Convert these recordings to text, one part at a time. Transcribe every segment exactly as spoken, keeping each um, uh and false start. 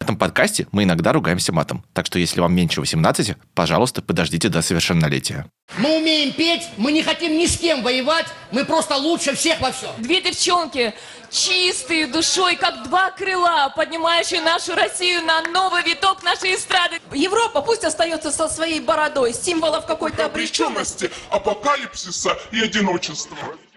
В этом подкасте мы иногда ругаемся матом. Так что если вам меньше восемнадцати, пожалуйста, подождите до совершеннолетия. Мы умеем петь, мы не хотим ни с кем воевать, мы просто лучше всех во всем. Две девчонки, чистые душой, как два крыла, поднимающие нашу Россию на новый виток нашей эстрады. Европа пусть остается со своей бородой, символов какой-то обреченности, апокалипсиса и одиночества.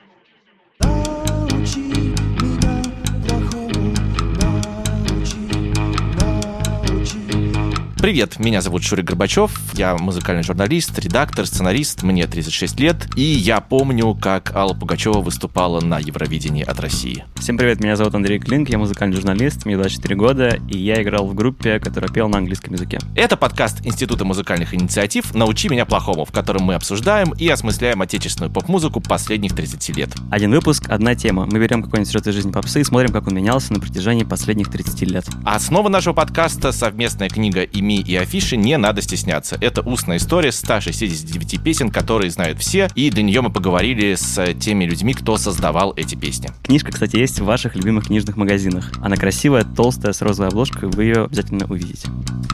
Привет, меня зовут Шурик Горбачев, я музыкальный журналист, редактор, сценарист, мне тридцать шесть лет, и я помню, как Алла Пугачева выступала на Евровидении от России. Всем привет, меня зовут Андрей Клинк, я музыкальный журналист, мне двадцать четыре года, и я играл в группе, которая пела на английском языке. Это подкаст Института музыкальных инициатив «Научи меня плохому», в котором мы обсуждаем и осмысляем отечественную поп-музыку последних тридцати лет. Один выпуск, одна тема. Мы берем какой-нибудь сюжет из жизни попсы и смотрим, как он менялся на протяжении последних тридцати лет. Основа нашего подкаста — совместная книга «Ими и афиши», не надо стесняться. Это устная история ста шестидесяти девяти песен, которые знают все, и для нее мы поговорили с теми людьми, кто создавал эти песни. Книжка, кстати, есть в ваших любимых книжных магазинах. Она красивая, толстая, с розовой обложкой, вы ее обязательно увидите.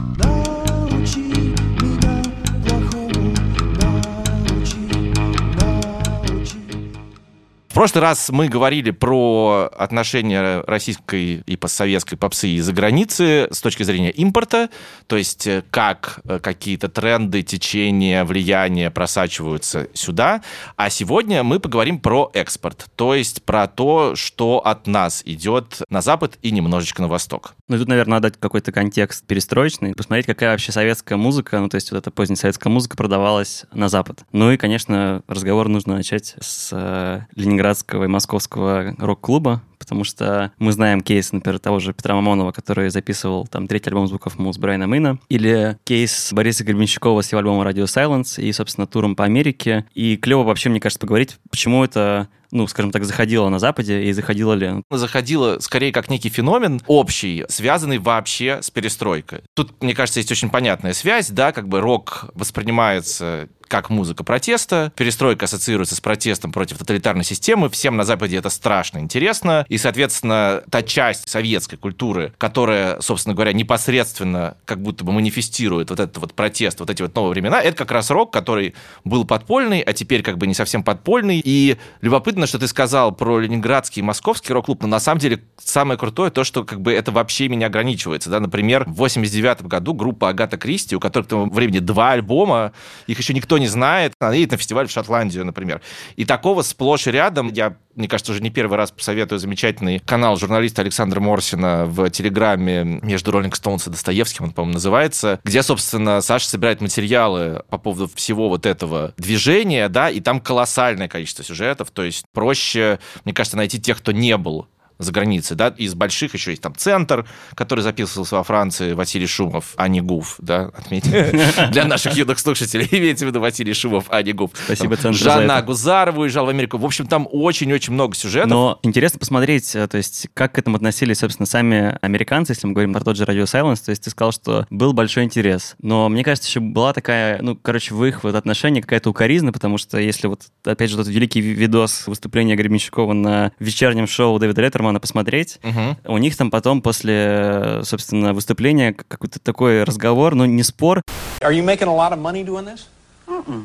В прошлый раз мы говорили про отношения российской и постсоветской попсы из-за границы с точки зрения импорта, то есть как какие-то тренды, течения, влияния просачиваются сюда. А сегодня мы поговорим про экспорт, то есть про то, что от нас идет на запад и немножечко на восток. Ну и тут, наверное, надо дать какой-то контекст перестроечный, посмотреть, какая вообще советская музыка, ну то есть вот эта поздняя советская музыка продавалась на запад. Ну и, конечно, разговор нужно начать с э, Ленинградского и московского рок-клуба, потому что мы знаем кейс, например, того же Петра Мамонова, который записывал там третий альбом звуков Муз Брайана Мэйна, или кейс Бориса Гребенщикова с его альбомом Radio Silence и, собственно, туром по Америке. И клево вообще, мне кажется, поговорить, почему это, ну, скажем так, заходило на Западе и заходило ли. Заходило скорее как некий феномен общий, связанный вообще с перестройкой. Тут, мне кажется, есть очень понятная связь, да, как бы рок воспринимается как музыка протеста, перестройка ассоциируется с протестом против тоталитарной системы, всем на Западе это страшно интересно, и, соответственно, та часть советской культуры, которая, собственно говоря, непосредственно как будто бы манифестирует вот этот вот протест, вот эти вот новые времена, это как раз рок, который был подпольный, а теперь как бы не совсем подпольный, и любопытно, что ты сказал про ленинградский и московский рок-клуб, но на самом деле самое крутое то, что как бы это вообще не ограничивается, да, например, в восемьдесят девятом году группа Агата Кристи, у которой к тому времени два альбома, их еще никто не знает, она едет на фестиваль в Шотландию, например. И такого сплошь и рядом. Я, мне кажется, уже не первый раз посоветую замечательный канал журналиста Александра Морсина в Телеграме «Между Роллинг Стоунс и Достоевским», он, по-моему, называется, где, собственно, Саша собирает материалы по поводу всего вот этого движения, да, и там колоссальное количество сюжетов, то есть проще, мне кажется, найти тех, кто не был за границей, да, из больших еще есть там «Центр», который записывался во Франции, Василий Шумов, а не Гуф, да, отметим. Для наших юных слушателей имеется в виду Василий Шумов, а не Гуф. Спасибо, Центр, за Жанна это. Гузарова уезжала в Америку. В общем, там очень-очень много сюжетов. Но интересно посмотреть, то есть, как к этому относились, собственно, сами американцы, если мы говорим про тот же Radio Silence, то есть ты сказал, что был большой интерес. Но мне кажется, еще была такая, ну, короче, в их вот отношении какая-то укоризна, потому что если вот, опять же, тот великий видос выступления Гребенщикова на вечернем шоу Дэвида Леттермана посмотреть, угу. У них там потом после, собственно, выступления какой-то такой разговор, ну, не спор. Are you making a lot of money doing this? Mm-mm.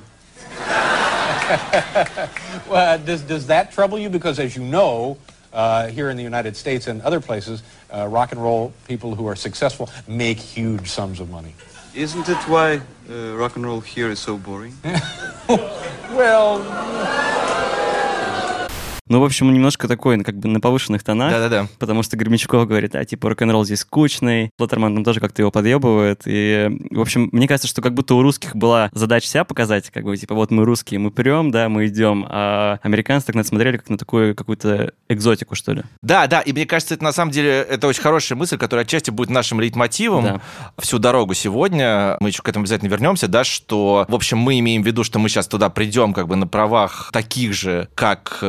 Well, does, does that trouble you? Because as you know, uh, here in the United States and other places, uh, rock and roll people who are successful make huge sums of money. Isn't it why uh, rock and roll here is so boring? Well... Ну, в общем, немножко такой, как бы на повышенных тонах. Да-да-да. Потому что Гребенщиков говорит, а, типа, рок-н-ролл здесь скучный. Леттерман там тоже как-то его подъебывает. И, в общем, мне кажется, что как будто у русских была задача себя показать, как бы, типа, вот мы русские, мы прем, да, мы идем. А американцы так на это смотрели, как на такую какую-то экзотику, что ли. Да, да, и мне кажется, это на самом деле, это очень хорошая мысль, которая отчасти будет нашим лейтмотивом да. всю дорогу сегодня. Мы еще к этому обязательно вернемся, да, что, в общем, мы имеем в виду, что мы сейчас туда придем как бы на правах таких же, как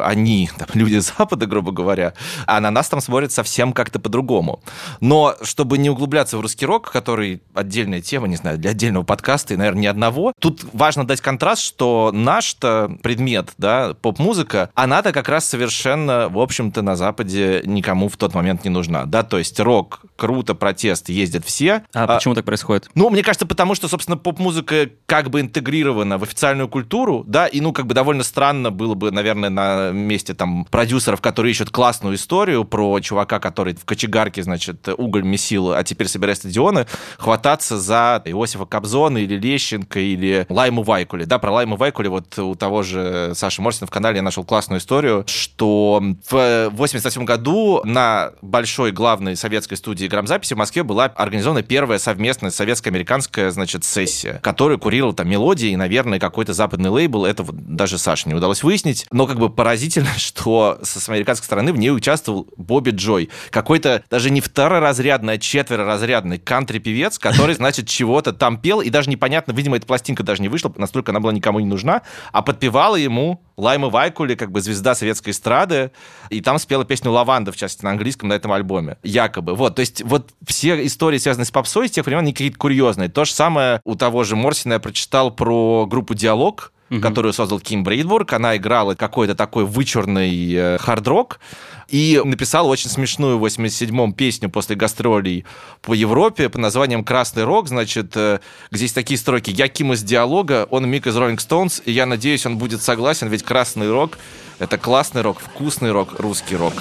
они, там, люди Запада, грубо говоря, а на нас там смотрят совсем как-то по-другому. Но чтобы не углубляться в русский рок, который отдельная тема, не знаю, для отдельного подкаста и, наверное, ни одного, тут важно дать контраст, что наш-то предмет, да, поп-музыка, она-то как раз совершенно, в общем-то, на Западе никому в тот момент не нужна, да, то есть рок круто, протест, ездят все. А, а почему так происходит? Ну, мне кажется, потому что, собственно, поп-музыка как бы интегрирована в официальную культуру, да, и, ну, как бы довольно странно было бы, наверное, на месте там продюсеров, которые ищут классную историю про чувака, который в кочегарке, значит, уголь месил, а теперь собирает стадионы, хвататься за Иосифа Кобзона или Лещенко или Лайму Вайкуле. Да, про Лайму Вайкуле вот у того же Саши Морсина в канале я нашел классную историю, что в восемьдесят восьмом году на большой главной советской студии грамзаписи в Москве была организована первая совместная советско-американская, значит, сессия, которую курировал там Мелодия и, наверное, какой-то западный лейбл. Это вот даже Саше не удалось выяснить. Но как бы поразительно, что с американской стороны в ней участвовал Бобби Джой. Какой-то даже не второразрядный, а четвероразрядный кантри-певец, который, значит, чего-то там пел, и даже непонятно, видимо, эта пластинка даже не вышла, настолько она была никому не нужна, а подпевала ему Лайма Вайкуле, как бы звезда советской эстрады, и там спела песню «Лаванда», в частности, на английском, на этом альбоме. Якобы. Вот, то есть вот все истории, связанные с попсой, с тех времен, они какие-то курьезные. То же самое у того же Морсина я прочитал про группу «Диалог», Uh-huh. которую создал Ким Брейдбург. Она играла какой-то такой вычурный э, хард-рок и написала очень смешную в восемьдесят седьмом песню после гастролей по Европе под названием «Красный рок». Значит, э, где есть такие строки: «Я Ким из «Диалога», он Мик из «Роллинг Стоунс», и я надеюсь, он будет согласен, ведь красный рок — это классный рок, вкусный рок, русский рок».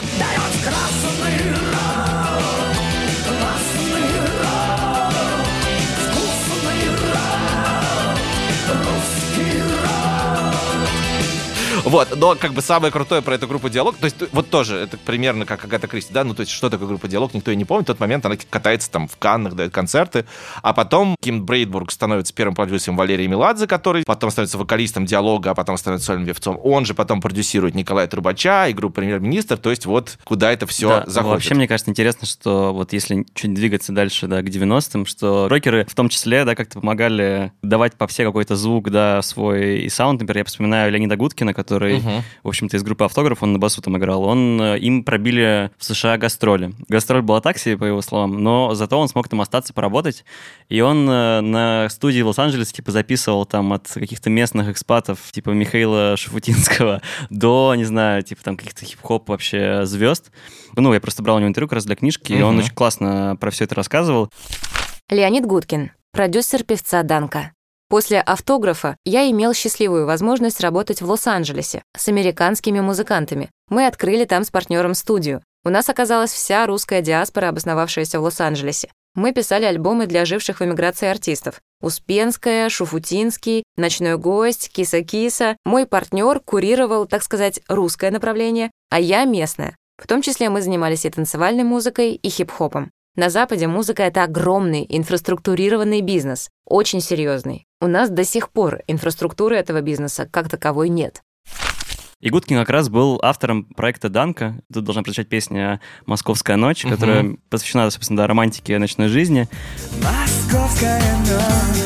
Вот, но как бы самое крутое про эту группу «Диалог», то есть вот тоже, это примерно как Агата Кристи, да, ну то есть что такое группа «Диалог», никто и не помнит, в тот момент она катается там в Каннах, дает концерты, а потом Ким Брейдбург становится первым продюсером Валерии Меладзе, который потом становится вокалистом «Диалога», а потом становится сольным певцом, он же потом продюсирует Николая Трубача и группу «Премьер-министр», то есть вот куда это все да, заходит. Вообще, мне кажется, интересно, что вот если чуть двигаться дальше, да, к девяностым, что рокеры в том числе, да, как-то помогали давать по все какой-то звук, да, свой и саунд, например, я вспоминаю Леонида Гудкина, который, uh-huh. в общем-то, из группы «Автограф», он на басу там играл, он, им пробили в США гастроли. Гастроль была так себе, по его словам, но зато он смог там остаться, поработать, и он на студии в Лос-Анджелесе, типа, записывал там от каких-то местных экспатов, типа Михаила Шафутинского, до, не знаю, типа, там, каких-то хип-хоп вообще звезд. Ну, я просто брал у него интервью как раз для книжки, uh-huh. и он очень классно про все это рассказывал. Леонид Гудкин, продюсер певца Данка. После «Автографа» я имел счастливую возможность работать в Лос-Анджелесе с американскими музыкантами. Мы открыли там с партнером студию. У нас оказалась вся русская диаспора, обосновавшаяся в Лос-Анджелесе. Мы писали альбомы для живших в эмиграции артистов. Успенская, Шуфутинский, Ночной гость, Киса-Киса. Мой партнер курировал, так сказать, русское направление, а я местное. В том числе мы занимались и танцевальной музыкой, и хип-хопом. На Западе музыка — это огромный инфраструктурированный бизнес, очень серьезный. У нас до сих пор инфраструктуры этого бизнеса как таковой нет. И Гудкин как раз был автором проекта «Данка». Тут должна прозвучать песня «Московская ночь», угу. которая посвящена, собственно, да, романтике ночной жизни. Московская ночь.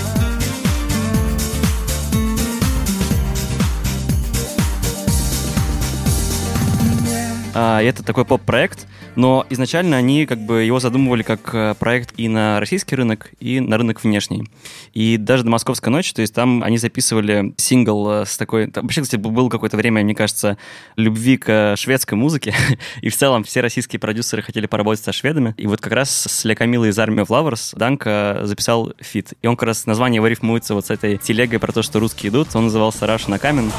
А, это такой поп-проект, но изначально они как бы его задумывали как проект и на российский рынок, и на рынок внешний. И даже до «Московской ночи», то есть там они записывали сингл с такой... Там, вообще, кстати, было какое-то время, мне кажется, любви к шведской музыке, и в целом все российские продюсеры хотели поработать со шведами. И вот как раз с Ля Камилой из Army of Lovers Данка записал фит. И он как раз, название его рифмуется вот с этой телегой про то, что русские идут. Он назывался «Russian Камен».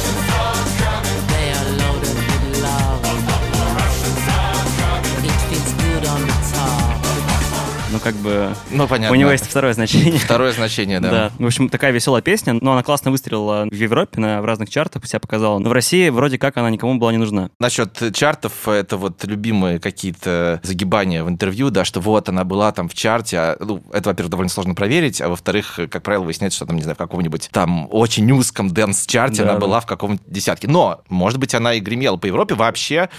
Ну, как бы... Ну, понятно. У него есть второе значение. Второе значение, да. Да. В общем, такая веселая песня, но она классно выстрелила в Европе, на, в разных чартах себя показала. Но в России вроде как она никому была не нужна. Насчет чартов, это вот любимые какие-то загибания в интервью, да, что вот она была там в чарте. А, ну, это, во-первых, довольно сложно проверить, а во-вторых, как правило, выясняется, что там, не знаю, в каком-нибудь там очень узком дэнс-чарте да, она да. была в каком-нибудь десятке. Но, может быть, она и гремела по Европе вообще.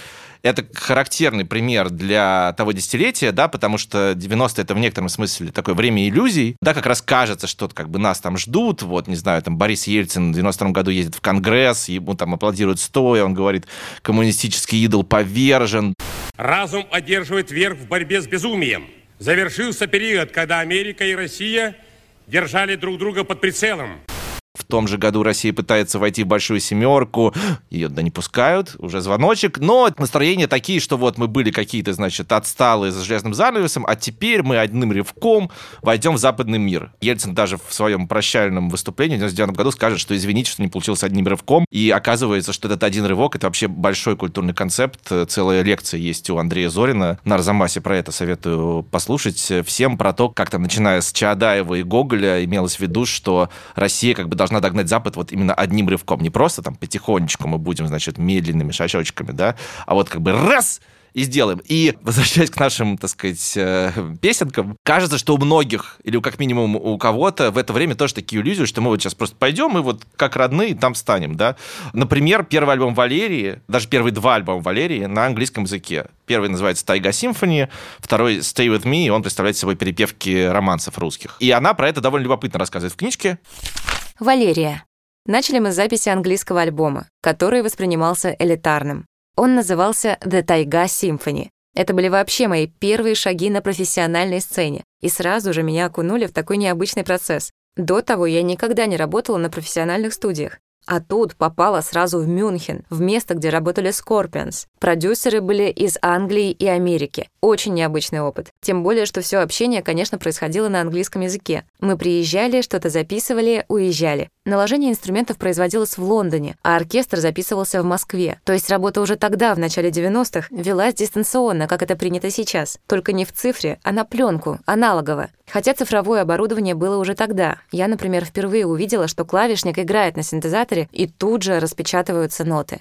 Это характерный пример для того десятилетия, да, потому что девяностые это в некотором смысле такое время иллюзий, да, как раз кажется, что как бы нас там ждут, вот, не знаю, там Борис Ельцин в девяносто втором году ездит в Конгресс, ему там аплодируют стоя, он говорит, коммунистический идол повержен. Разум одерживает верх в борьбе с безумием. Завершился период, когда Америка и Россия держали друг друга под прицелом. В том же году Россия пытается войти в большую семерку, ее туда не пускают, уже звоночек, но настроения такие, что вот мы были какие-то, значит, отсталые за железным занавесом, а теперь мы одним рывком войдем в западный мир. Ельцин даже в своем прощальном выступлении в девяносто девятом году скажет, что извините, что не получилось одним рывком, и оказывается, что этот один рывок — это вообще большой культурный концепт, целая лекция есть у Андрея Зорина на Арзамасе, про это советую послушать всем, про то, как там, начиная с Чаадаева и Гоголя, имелось в виду, что Россия как бы должна догнать Запад вот именно одним рывком. Не просто там потихонечку мы будем, значит, медленными шажочками, да, а вот как бы раз — и сделаем. И, возвращаясь к нашим, так сказать, песенкам, кажется, что у многих, или как минимум у кого-то, в это время тоже такие иллюзии, что мы вот сейчас просто пойдем и вот как родные там станем, да. Например, первый альбом Валерии, даже первые два альбома Валерии на английском языке. Первый называется «Тайга Symphony», второй «Stay With Me», и он представляет собой перепевки романсов русских. И она про это довольно любопытно рассказывает в книжке. Валерия. Начали мы с записи английского альбома, который воспринимался элитарным. Он назывался «The Taiga Symphony». Это были вообще мои первые шаги на профессиональной сцене, и сразу же меня окунули в такой необычный процесс. До того я никогда не работала на профессиональных студиях. А тут попала сразу в Мюнхен, в место, где работали Scorpions. Продюсеры были из Англии и Америки. Очень необычный опыт. Тем более, что все общение, конечно, происходило на английском языке. Мы приезжали, что-то записывали, уезжали. Наложение инструментов производилось в Лондоне, а оркестр записывался в Москве. То есть работа уже тогда, в начале девяностых, велась дистанционно, как это принято сейчас. Только не в цифре, а на пленку, аналогово. Хотя цифровое оборудование было уже тогда. Я, например, впервые увидела, что клавишник играет на синтезаторе, и тут же распечатываются ноты.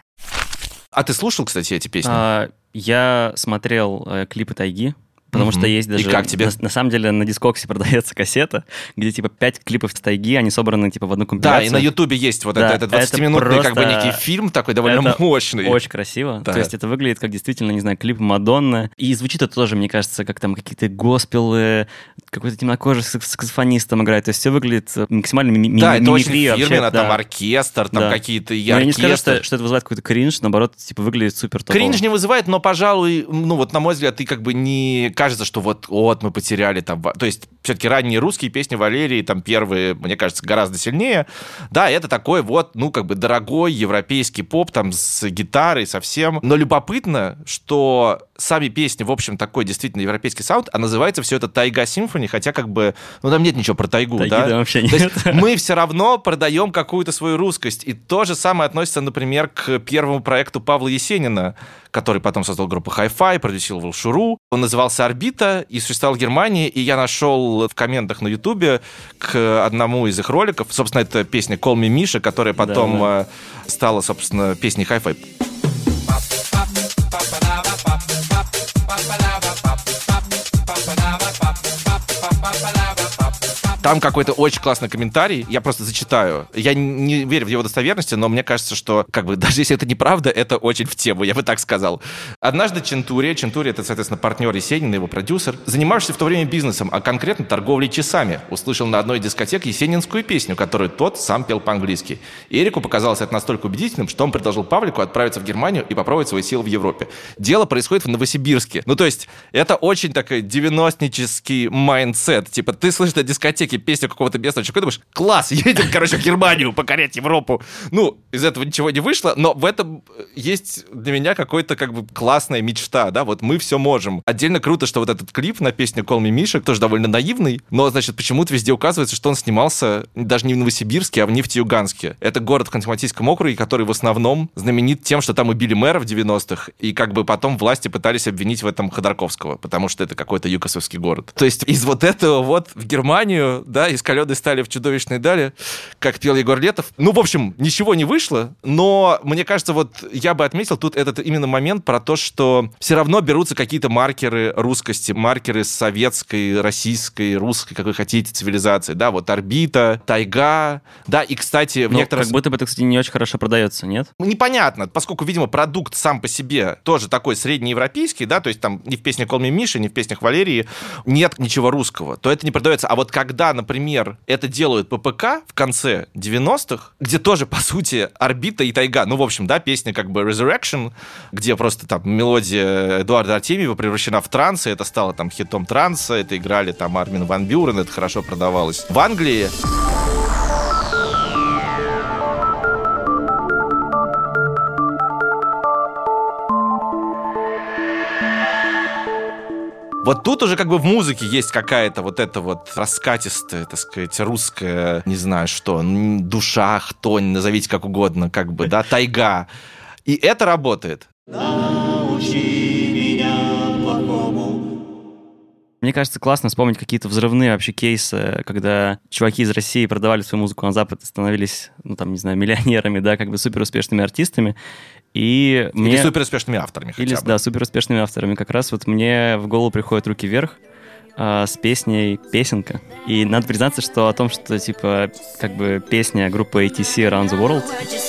А ты слушал, кстати, эти песни? А, я смотрел э, клипы «Тайги». Потому mm-hmm. что есть даже... И как тебе? На, на самом деле на Дискоксе продается кассета, где типа пять клипов с «Тайги», они собраны типа в одну компиляцию. Да, и на Ютубе есть вот да, это, это двадцатиминутный как бы некий фильм такой довольно это мощный. Очень красиво. Да. То есть это выглядит как действительно, не знаю, клип Мадонны. И звучит это тоже, мне кажется, как там какие-то госпелы, какой-то темнокожий саксофонистом играет. То есть все выглядит максимально ми- да, ми- это мимикрия. очень фирменно, вообще, там да. оркестр, там да. какие-то и Но я не оркестры. скажу, что, что это вызывает какой-то кринж, наоборот, типа выглядит супер топово. Кринж не вызывает, но, пожалуй, ну вот на мой взгляд, ты как бы не кажется, что вот вот мы потеряли там... То есть все-таки ранние русские песни Валерии, там первые, мне кажется, гораздо сильнее. Да, это такой вот, ну, как бы дорогой европейский поп, там, с гитарой, совсем. Но любопытно, что сами песни, в общем, такой действительно европейский саунд, а называется все это «Тайга Symphony», хотя как бы, ну, там нет ничего про тайгу, Тайги, да? да, вообще нет. То есть мы все равно продаем какую-то свою русскость. И то же самое относится, например, к первому проекту Павла Есенина, который потом создал группу Hi-Fi, продюсировал Шуру. Он назывался «Орбита» и существовал в Германии, и я нашел в комментах на Ютубе к одному из их роликов, собственно, это песня «Call me Misha», которая потом да, да. стала, собственно, песней Hi-Fi. Там какой-то очень классный комментарий, я просто зачитаю. Я не верю в его достоверности, но мне кажется, что, как бы, даже если это неправда, это очень в тему, я бы так сказал. Однажды Чентури, Чентури — это, соответственно, партнер Есенина, его продюсер, занимавшийся в то время бизнесом, а конкретно торговлей часами, услышал на одной из дискотек есенинскую песню, которую тот сам пел по-английски. И Эрику показалось это настолько убедительным, что он предложил Павлику отправиться в Германию и попробовать свои силы в Европе. Дело происходит в Новосибирске. Ну, то есть, это очень такой девяностнический майндсет. Типа, ты слышишь на дискотеке песню какого-то местного человека, думаешь, класс, едем, короче, в Германию покорять Европу. Ну, из этого ничего не вышло, но в этом есть для меня какой-то как бы классная мечта, да, вот мы все можем. Отдельно круто, что вот этот клип на песню «Call me Misha» тоже довольно наивный, но, значит, почему-то везде указывается, что он снимался даже не в Новосибирске, а в Нефтеюганске. Это город в Ханты-Мансийском округе, который в основном знаменит тем, что там убили мэра в девяностых, и как бы потом власти пытались обвинить в этом Ходорковского, потому что это какой-то юкосовский город. То есть из вот этого вот в Германию да, из каленой стали в чудовищной дали, как пел Егор Летов. Ну, в общем, ничего не вышло, но мне кажется, вот я бы отметил тут этот именно момент про то, что все равно берутся какие-то маркеры русскости, маркеры советской, российской, русской, как вы хотите, цивилизации, да, вот орбита, тайга, да, и, кстати, в ну, некоторых... как будто бы это, кстати, не очень хорошо продается, нет? Непонятно, поскольку, видимо, продукт сам по себе тоже такой среднеевропейский, да, то есть там ни в песнях «Call me Миша», ни в песнях Валерии нет ничего русского, то это не продается. А вот когда, например, это делают ППК в конце девяностых, где тоже, по сути, орбита и тайга, ну, в общем, да, песня как бы Resurrection, где просто там мелодия Эдуарда Артемьева превращена в транс, и это стало там хитом транса, это играли там Армин ван Бюрен, это хорошо продавалось в Англии. Вот тут уже как бы в музыке есть какая-то вот эта вот раскатистая, так сказать, русская, не знаю что, душа, хтонь, назовите как угодно, как бы, да, тайга. И это работает. Научи меня плохому. Мне кажется, классно вспомнить какие-то взрывные вообще кейсы, когда чуваки из России продавали свою музыку на Запад и становились, ну, там, не знаю, миллионерами, да, как бы суперуспешными артистами. И или мне... суперуспешными авторами хотя или, бы. Да, суперуспешными авторами. Как раз вот мне в голову приходят «Руки вверх» э, с песней «Песенка». И надо признаться, что о том, что, типа, как бы песня группы эй ти си «Around the World»,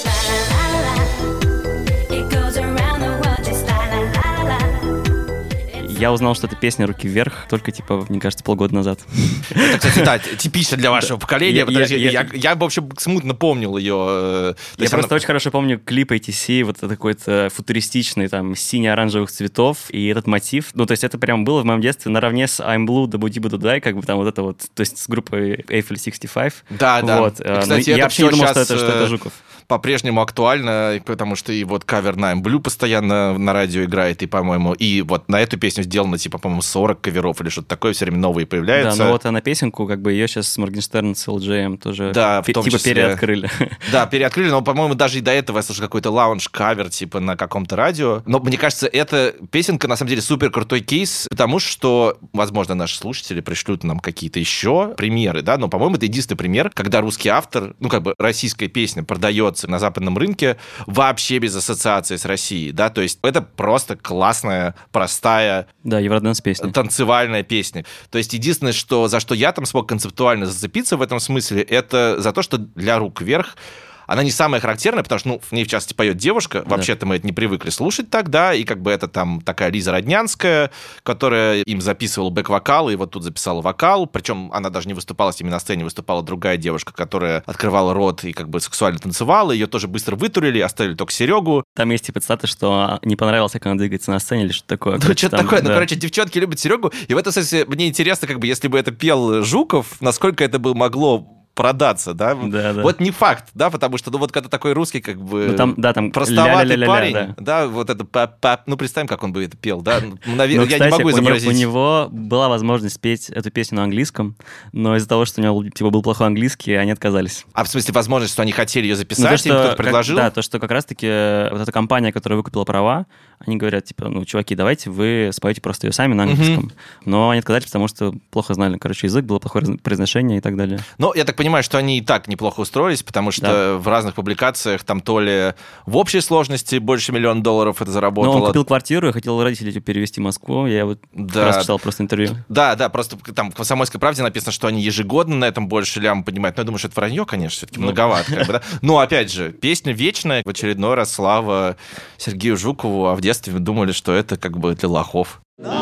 я узнал, что это песня «Руки вверх» только, типа, мне кажется, полгода назад. Это, кстати, да, типично для вашего поколения. Я, я, я, я, я, в общем, смутно помнил ее. Я просто она... очень хорошо помню клип эй ти си, вот это какой-то футуристичный, там, сине-оранжевых цветов, и этот мотив. Ну, то есть это прям было в моем детстве наравне с I'm Blue, да Буди Будудай, как бы там вот это вот, то есть с группой Eiffel шестьдесят пять. Да, да. Вот. И, кстати, я вообще не думал, что это, что это Жуков. По-прежнему актуально, потому что и вот кавер на I'm Blue постоянно на радио играет, и, по-моему, и вот на эту песню сделано, типа, по-моему, сорок каверов или что-то такое, все время новые появляются. Да, но вот а на песенку, как бы, ее сейчас с Моргенштерн с эл джей тоже да, в том типа числе... переоткрыли. Да, переоткрыли, но, по-моему, даже и до этого я слышал какой-то лаунж-кавер, типа, на каком-то радио. Но, мне кажется, эта песенка, на самом деле, супер крутой кейс, потому что, возможно, наши слушатели пришлют нам какие-то еще примеры, да, но, по-моему, это единственный пример, когда русский автор, ну, как бы, российская песня продается на западном рынке вообще без ассоциации с Россией, да, то есть это просто классная, простая... Да, евроденс песня. Танцевальная песня. То есть единственное, что, за что я там смог концептуально зацепиться в этом смысле, это за то, что для «Рук вверх» она не самая характерная, потому что, ну, в ней, в частности, поет девушка. Да. Вообще-то мы это не привыкли слушать тогда, и как бы это там такая Лиза Роднянская, которая им записывала бэк-вокал, и вот тут записала вокал, причем она даже не выступала с ними на сцене, выступала другая девушка, которая открывала рот и как бы сексуально танцевала, ее тоже быстро вытурили, оставили только Серегу. Там есть типа цитаты, что не понравилось, как она двигается на сцене или что-то такое. Ну, что-то такое, да. Ну, короче, девчонки любят Серегу, и в этом смысле мне интересно, как бы, если бы это пел Жуков, насколько это бы могло продаться, да? Да, да. Вот не факт, да, потому что, ну, вот когда такой русский, как бы, ну, там, да, там простоватый парень, да. да, вот это, пап-пап, ну, представим, как он бы это пел, да, ну, наверное, ну, я кстати, не могу изобразить. У него, у него была возможность петь эту песню на английском, но из-за того, что у него, типа, был плохой английский, они отказались. А в смысле возможность, что они хотели ее записать, ну, то, им что, кто-то предложил? Как, да, то, что как раз-таки вот эта компания, которая выкупила права, они говорят, типа, ну, чуваки, давайте вы споете просто ее сами на английском. Mm-hmm. Но они отказались, потому что плохо знали, короче, язык, было плохое произношение и так далее. Ну, я так понимаю, что они и так неплохо устроились, потому что да. в разных публикациях там то ли в общей сложности больше миллиона долларов это заработало. Но он купил квартиру и хотел родителей перевести в Москву. Я вот да. как раз читал просто интервью. Да, да, просто там в «Комсомольской правде» написано, что они ежегодно на этом больше лям поднимают. Но я думаю, что это вранье, конечно, все-таки ну. многовато. Как бы, да? Но, опять же, песня вечная. В очередной раз слава Сергею Жукову, а в детстве мы думали, что это как бы для лохов.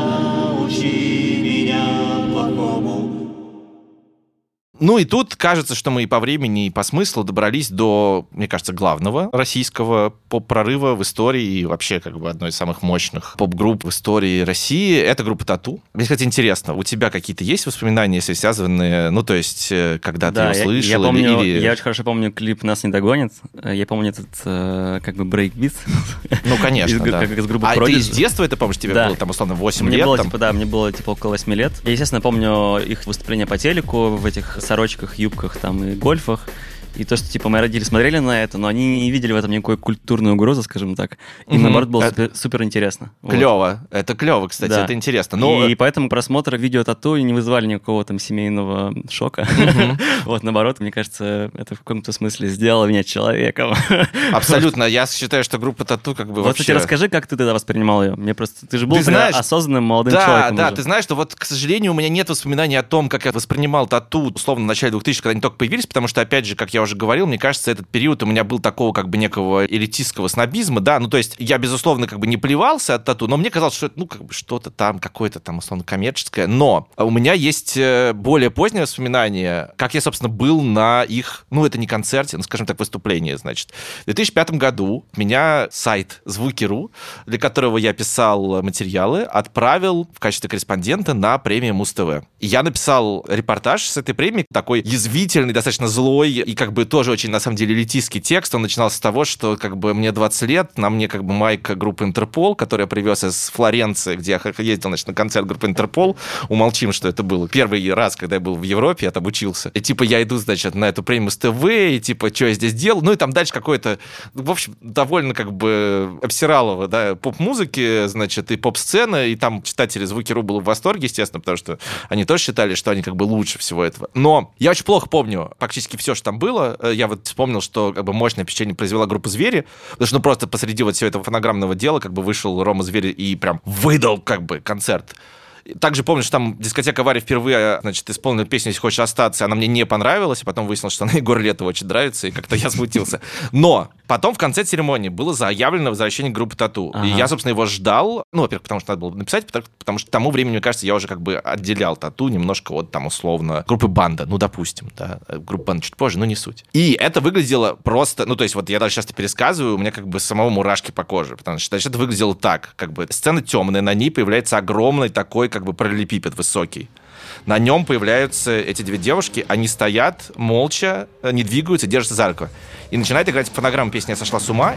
Научи меня плохому. Ну и тут кажется, что мы и по времени, и по смыслу добрались до, мне кажется, главного российского поп-прорыва в истории и вообще как бы одной из самых мощных поп-групп в истории России. Это группа «Тату». Мне, кстати, интересно, у тебя какие-то есть воспоминания, если связанные, ну то есть, когда да, ты услышал? Я, я, помню, или... я очень хорошо помню клип «Нас не догонит». Я помню этот как бы брейкбит. Ну, конечно, из, да. Как из группы а Prodigy. Ты из детства это помнишь? Тебе да. было там условно восемь мне лет? Было, там... типа, да, мне было типа около восьми лет. Я, естественно, помню их выступления по телеку в этих сорочках, юбках там и гольфах. И то, что, типа, мои родители смотрели на это, но они не видели в этом никакой культурной угрозы, скажем так. И, угу. наоборот, было супер, супер интересно. Клево. Вот. Это клево, кстати, да. это интересно. Но... И поэтому просмотр видео тату не вызвали никакого там семейного шока. Угу. Вот, наоборот, мне кажется, это в каком-то смысле сделало меня человеком. Абсолютно. Я считаю, что группа тату как бы вот, вообще... кстати, расскажи, как ты тогда воспринимал ее. Мне просто... Ты же был ты знаешь... осознанным молодым да, человеком. Да, уже. Ты знаешь, что вот, к сожалению, у меня нет воспоминаний о том, как я воспринимал тату, условно, в начале двухтысячных, когда они только появились, потому что, опять же, как я уже говорил, мне кажется, этот период у меня был такого как бы некого элитистского снобизма, да, ну, то есть я, безусловно, как бы не плевался от тату, но мне казалось, что это, ну, как бы что-то там, какое-то там, условно, коммерческое, но у меня есть более позднее воспоминание, как я, собственно, был на их, ну, это не концерте, ну, скажем так, выступлении, значит. В две тысячи пятом году меня сайт Звуки точка ру, для которого я писал материалы, отправил в качестве корреспондента на премию Муз-ТВ. И я написал репортаж с этой премии, такой язвительный, достаточно злой, и как бы тоже очень, на самом деле, элитистский текст. Он начинался с того, что как бы мне двадцать лет, на мне как бы майка группы Интерпол, которую я привез из Флоренции, где я ездил, значит, на концерт группы Интерпол. Умолчим, что это был первый раз, когда я был в Европе, я там учился. И типа я иду, значит, на эту премию Муз-ТВ, и типа, что я здесь делал? Ну и там дальше какое-то, в общем, довольно как бы обсиралово, да, поп-музыки, значит, и поп-сцены, и там читатели Звуки точка ру были в восторге, естественно, потому что они тоже считали, что они как бы лучше всего этого. Но я очень плохо помню практически все, что там было. Я вот вспомнил, что как бы мощное впечатление произвела группа «Звери», потому что ну просто посреди вот всего этого фонограммного дела как бы вышел Рома Зверь и прям выдал как бы концерт. Также помню, что там дискотека Варя впервые, значит, исполнила песню «Если хочешь остаться», она мне не понравилась, и потом выяснилось, что она Егору Летову очень нравится, и как-то я смутился. Но потом в конце церемонии было заявлено возвращение группы «Тату». Ага. И я, собственно, его ждал, ну, во-первых, потому что надо было написать, потому, потому что к тому времени, мне кажется, я уже как бы отделял «Тату» немножко от, там, условно, группы «Банда», ну, допустим, да, группа «Банда» чуть позже, но не суть. И это выглядело просто, ну, то есть вот я даже часто пересказываю, у меня как бы самого мурашки по коже, потому что значит, это выглядело так, как бы сцена темная, на ней появляется огромный такой, как бы, параллелепипед высокий. На нем появляются эти две девушки, они стоят молча, не двигаются, держатся за руку. И начинает играть фонограмма песни «Я сошла с ума».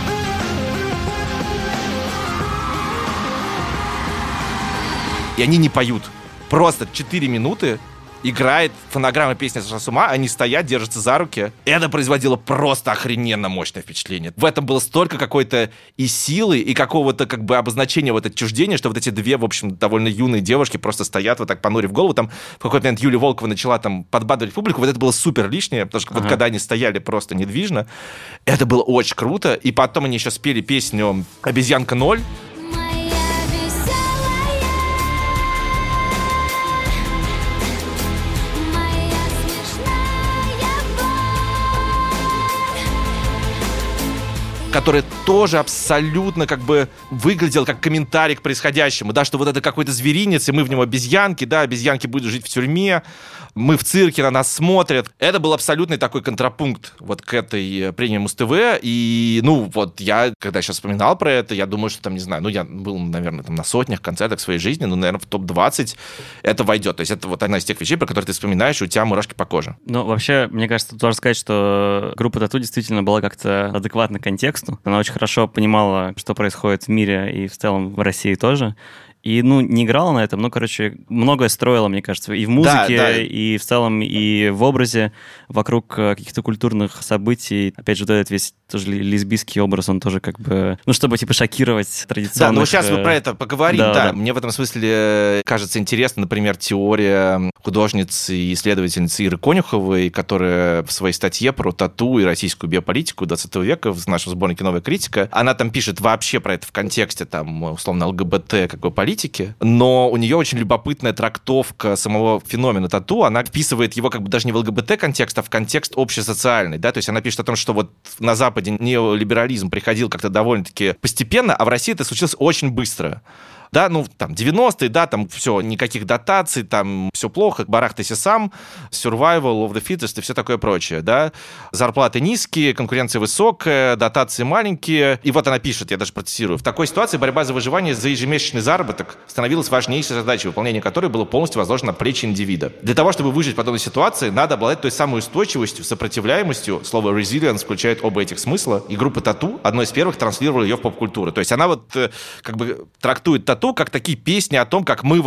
И они не поют. Просто четыре минуты играет фонограмма песни «Сошла с ума», они стоят, держатся за руки. Это производило просто охрененно мощное впечатление. В этом было столько какой-то и силы, и какого-то как бы обозначения вот отчуждения, что вот эти две, в общем, довольно юные девушки просто стоят вот так, понурив голову. Там в какой-то момент Юлия Волкова начала там подбадривать публику. Вот это было супер лишнее, потому что ага. вот когда они стояли просто недвижно, это было очень круто. И потом они еще спели песню «Обезьянка ноль». Который тоже абсолютно как бы выглядел как комментарий к происходящему, да, что вот это какой-то зверинец, и мы в нем обезьянки, да, обезьянки будут жить в тюрьме, мы в цирке, на нас смотрят. Это был абсолютный такой контрапункт вот к этой премии Муз-ТВ, и, ну, вот я, когда сейчас вспоминал про это, я думаю, что там, не знаю, ну, я был, наверное, там на сотнях концертах в своей жизни, ну, наверное, в топ двадцать это войдет. То есть это вот одна из тех вещей, про которые ты вспоминаешь, и у тебя мурашки по коже. Ну, вообще, мне кажется, тут важно сказать, что группа «Тату» действительно была как-то адекватна контексту. Она очень хорошо понимала, что происходит в мире и в целом в России тоже. И, ну, не играла на этом, ну, короче, многое строила, мне кажется, и в музыке, да, да. и в целом, и в образе вокруг каких-то культурных событий. Опять же, вот этот весь тоже лесбийский образ, он тоже как бы, ну, чтобы, типа, шокировать традиционных... Да, ну, сейчас мы про это поговорим, да, да. да. Мне в этом смысле кажется интересно, например, теория художницы и исследовательницы Иры Конюховой, которая в своей статье про тату и российскую биополитику двадцатого века в нашем сборнике «Новая критика», она там пишет вообще про это в контексте, там, условно, ЛГБТ, как бы, политики, но у нее очень любопытная трактовка самого феномена тату, она вписывает его как бы даже не в ЛГБТ-контекст, а в контекст общесоциальный, да, то есть она пишет о том, что вот на Западе неолиберализм приходил как-то довольно-таки постепенно, а в России это случилось очень быстро. Да, ну, там, девяностые, да, там все, никаких дотаций, там все плохо, барахтайся сам, survival of the fittest и все такое прочее, да. Зарплаты низкие, конкуренция высокая, дотации маленькие. И вот она пишет, я даже процитирую: в такой ситуации борьба за выживание за ежемесячный заработок становилась важнейшей задачей, выполнение которой было полностью возложено на плечи индивида. Для того, чтобы выжить в подобной ситуации, надо обладать той самой устойчивостью, сопротивляемостью. Слово resilience включает оба этих смысла. И группа «Тату» одной из первых транслировала ее в поп-культуру. То есть она вот как бы трактует тату как такие песни о том, как мы вот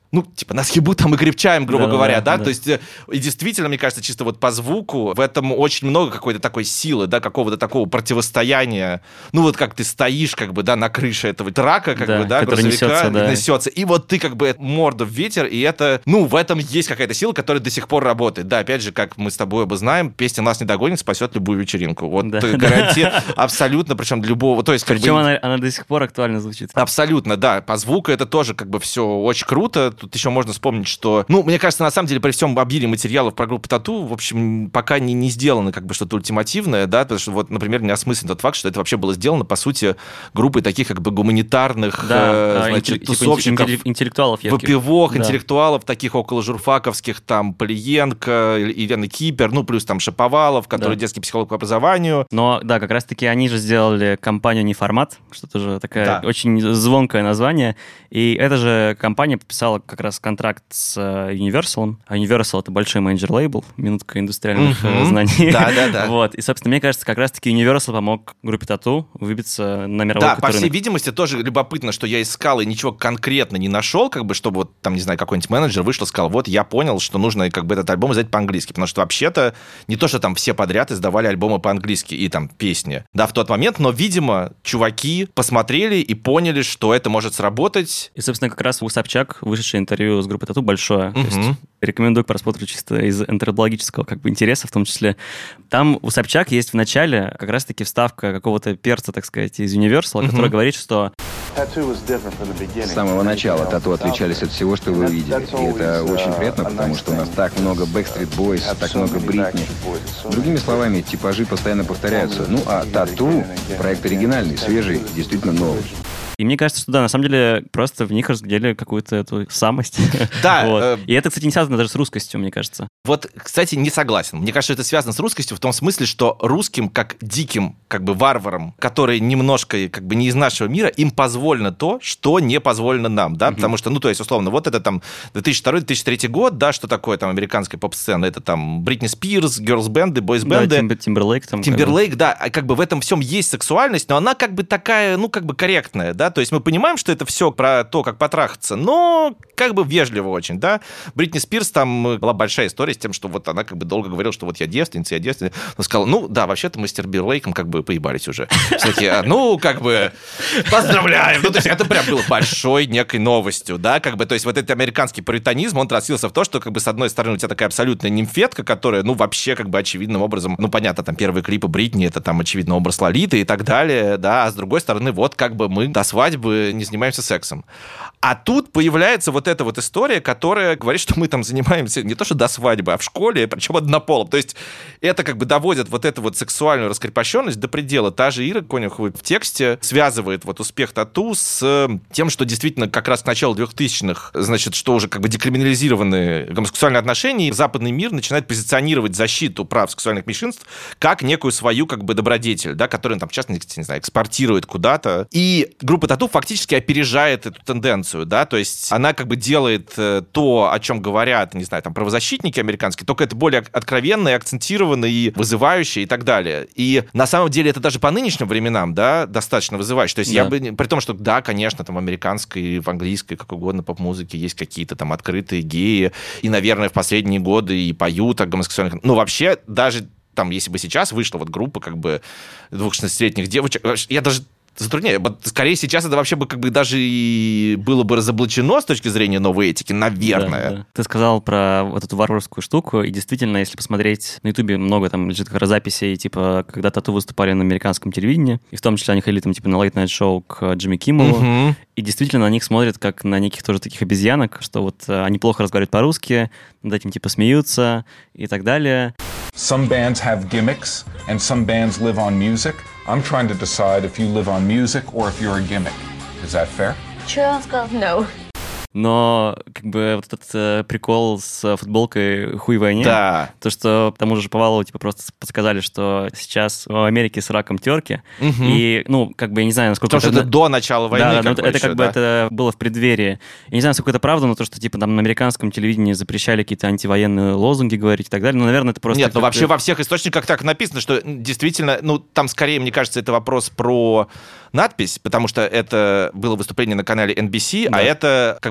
ну, типа, нас ебут там и крепчаем, грубо да, говоря, да, да? да, То есть, и действительно, мне кажется, чисто вот по звуку в этом очень много какой-то такой силы, да, какого-то такого противостояния. Ну, вот как ты стоишь, как бы, да, на крыше этого трака, как да, бы, да, который грузовика, несется, да. несется, и вот ты как бы морду в ветер, и это, ну, в этом есть какая-то сила, которая до сих пор работает. Да, опять же, как мы с тобой оба знаем, песня «Нас не догонит» спасет любую вечеринку. Вот да, гарантия абсолютно, причем для любого, то есть, как причем бы... она, она до сих пор актуально звучит. Абсолютно, да. По звуку это тоже как бы все очень круто. Тут еще можно вспомнить, что... Ну, мне кажется, на самом деле, при всем обилии материалов про группу Тату, в общем, пока не, не сделано как бы что-то ультимативное, да, потому что вот, например, не осмыслен тот факт, что это вообще было сделано, по сути, группой таких как бы гуманитарных, да, э, значит, интелли- тусовщиков, интелли- интеллектуалов ярких. выпивок, да. интеллектуалов, таких около журфаковских, там, Полиенко, Елена Кипер, ну, плюс там Шаповалов, который да. детский психолог по образованию. Но, да, как раз-таки они же сделали компанию «Неформат», что тоже такая Да. очень звонкое название, и эта же компания подписала как раз контракт с Universal, а Universal — это большой менеджер-лейбл, минутка индустриальных Мгм. знаний. Да-да-да. Вот, и, собственно, мне кажется, как раз-таки Universal помог группе Тату выбиться на мировой Да, по всей рынок. видимости, тоже любопытно, что я искал и ничего конкретно не нашел, как бы, чтобы вот там, не знаю, какой-нибудь менеджер вышел и сказал, вот я понял, что нужно как бы этот альбом издать по-английски, потому что вообще-то не то, что там все подряд издавали альбомы по-английски и там песни, да, в тот момент, но, видимо, чуваки посмотрели и поняли, что это может сработать. И, собственно, как раз у Собчак вышедшее интервью с группой Тату большое. То Мгм. есть рекомендую к просмотру чисто из антропологического как бы интереса в том числе. Там у Собчак есть в начале как раз-таки вставка какого-то перца, так сказать, из Universal, Мгм. который говорит, что С самого начала Тату отличались от всего, что вы увидели. И это очень приятно, потому что у нас так много Backstreet Boys, так много Бритни. Другими словами, типажи постоянно повторяются. Ну а Тату — проект оригинальный, свежий, действительно новый. И мне кажется, что да, на самом деле просто в них разглядели какую-то эту самость. Да, Вот. э, И это, кстати, не связано даже с русскостью, мне кажется. Вот, кстати, не согласен. Мне кажется, это связано с русскостью в том смысле, что русским, как диким, как бы варварам, которые немножко как бы не из нашего мира, им позволено то, что не позволено нам, да, Мгм. потому что, ну, то есть, условно, вот это там две тысячи второй - две тысячи третий год, да, что такое там американская поп-сцена, это там Бритни Спирс, герлс-бенды, Да, бойс-бенды. Тимбер- Тимберлейк там. Тимберлейк, да, а как бы в этом всем есть сексуальность, но она как бы такая, ну, как бы корректная, да, то есть мы понимаем, что это все про то, как потрахаться, но как бы вежливо очень, да. Бритни Спирс, там была большая история с тем, что вот она как бы долго говорила, что вот я девственница, я девственница. Она сказала, ну, да, вообще-то мы с Тимберлейком как бы поебались уже. Все такие, ну, как бы, поздравляем. Ну, то есть это прям было большой некой новостью, да, как бы, то есть вот этот американский пуританизм, он транслировался в то, что как бы с одной стороны у тебя такая абсолютная нимфетка, которая, ну, вообще как бы очевидным образом, ну, понятно, там первые клипы Бритни, это там очевидно образ Лолиты и так далее, да, а с другой стороны, вот как бы мы до свадьбы не занимаемся сексом. А тут появляется вот эта вот история, которая говорит, что мы там занимаемся не то что до свадьбы, а в школе, причем однополом. То есть это как бы доводит вот эту вот сексуальную раскрепощенность до предела. Та же Ира Конюхова в тексте связывает вот успех Тату с тем, что действительно как раз к началу двухтысячных, значит, что уже как бы декриминализированы гомосексуальные отношения, и западный мир начинает позиционировать защиту прав сексуальных меньшинств как некую свою как бы добродетель, да, которую он там, в частности, не знаю, экспортирует куда-то. И группа Тату фактически опережает эту тенденцию, да, то есть она как бы делает э, то, о чем говорят, не знаю, там, правозащитники американские, только это более откровенно и акцентированно, и вызывающе, и так далее. И на самом деле это даже по нынешним временам, да, достаточно вызывающе. То есть Да. я бы, при том, что, да, конечно, там в американской, в английской, как угодно, поп-музыке есть какие-то там открытые геи, и, наверное, в последние годы и поют о гомосексуальных... Ну, вообще, даже там, если бы сейчас вышла вот группа как бы двухшестнадцатилетних девочек, я даже затрудняю. Скорее, сейчас это вообще бы как бы даже и было бы разоблачено с точки зрения новой этики, наверное. Да, да. Ты сказал про вот эту варварскую штуку, и действительно, если посмотреть на Ютубе, много там лежит как раз записей, типа, когда Тату выступали на американском телевидении, и в том числе они ходили там, типа, на Late Night Show к Джимми Киммелу, Мгм. и действительно на них смотрят как на неких тоже таких обезьянок, что вот э, они плохо разговаривают по-русски, над этим, типа, смеются и так далее. Some bands have gimmicks, and some bands live on music. I'm trying to decide if you live on music or if you're a gimmick. Is that fair? Что он сказал? No. Но как бы вот этот э, прикол с футболкой «Хуй войне», Да. то, что тому же Шаповалову типа просто подсказали, что сейчас в Америке с раком терки, Мгм. и, ну, как бы я не знаю, насколько... Потому что это до начала войны. Да, как но бы это еще, как бы да. это было в преддверии. Я не знаю, насколько это правда, но то, что типа там на американском телевидении запрещали какие-то антивоенные лозунги говорить и так далее, ну, наверное, это просто... Нет, ну как-то- вообще во всех источниках так написано, что действительно, ну там скорее, мне кажется, это вопрос про надпись, потому что это было выступление на канале эн би си, Да. а это как бы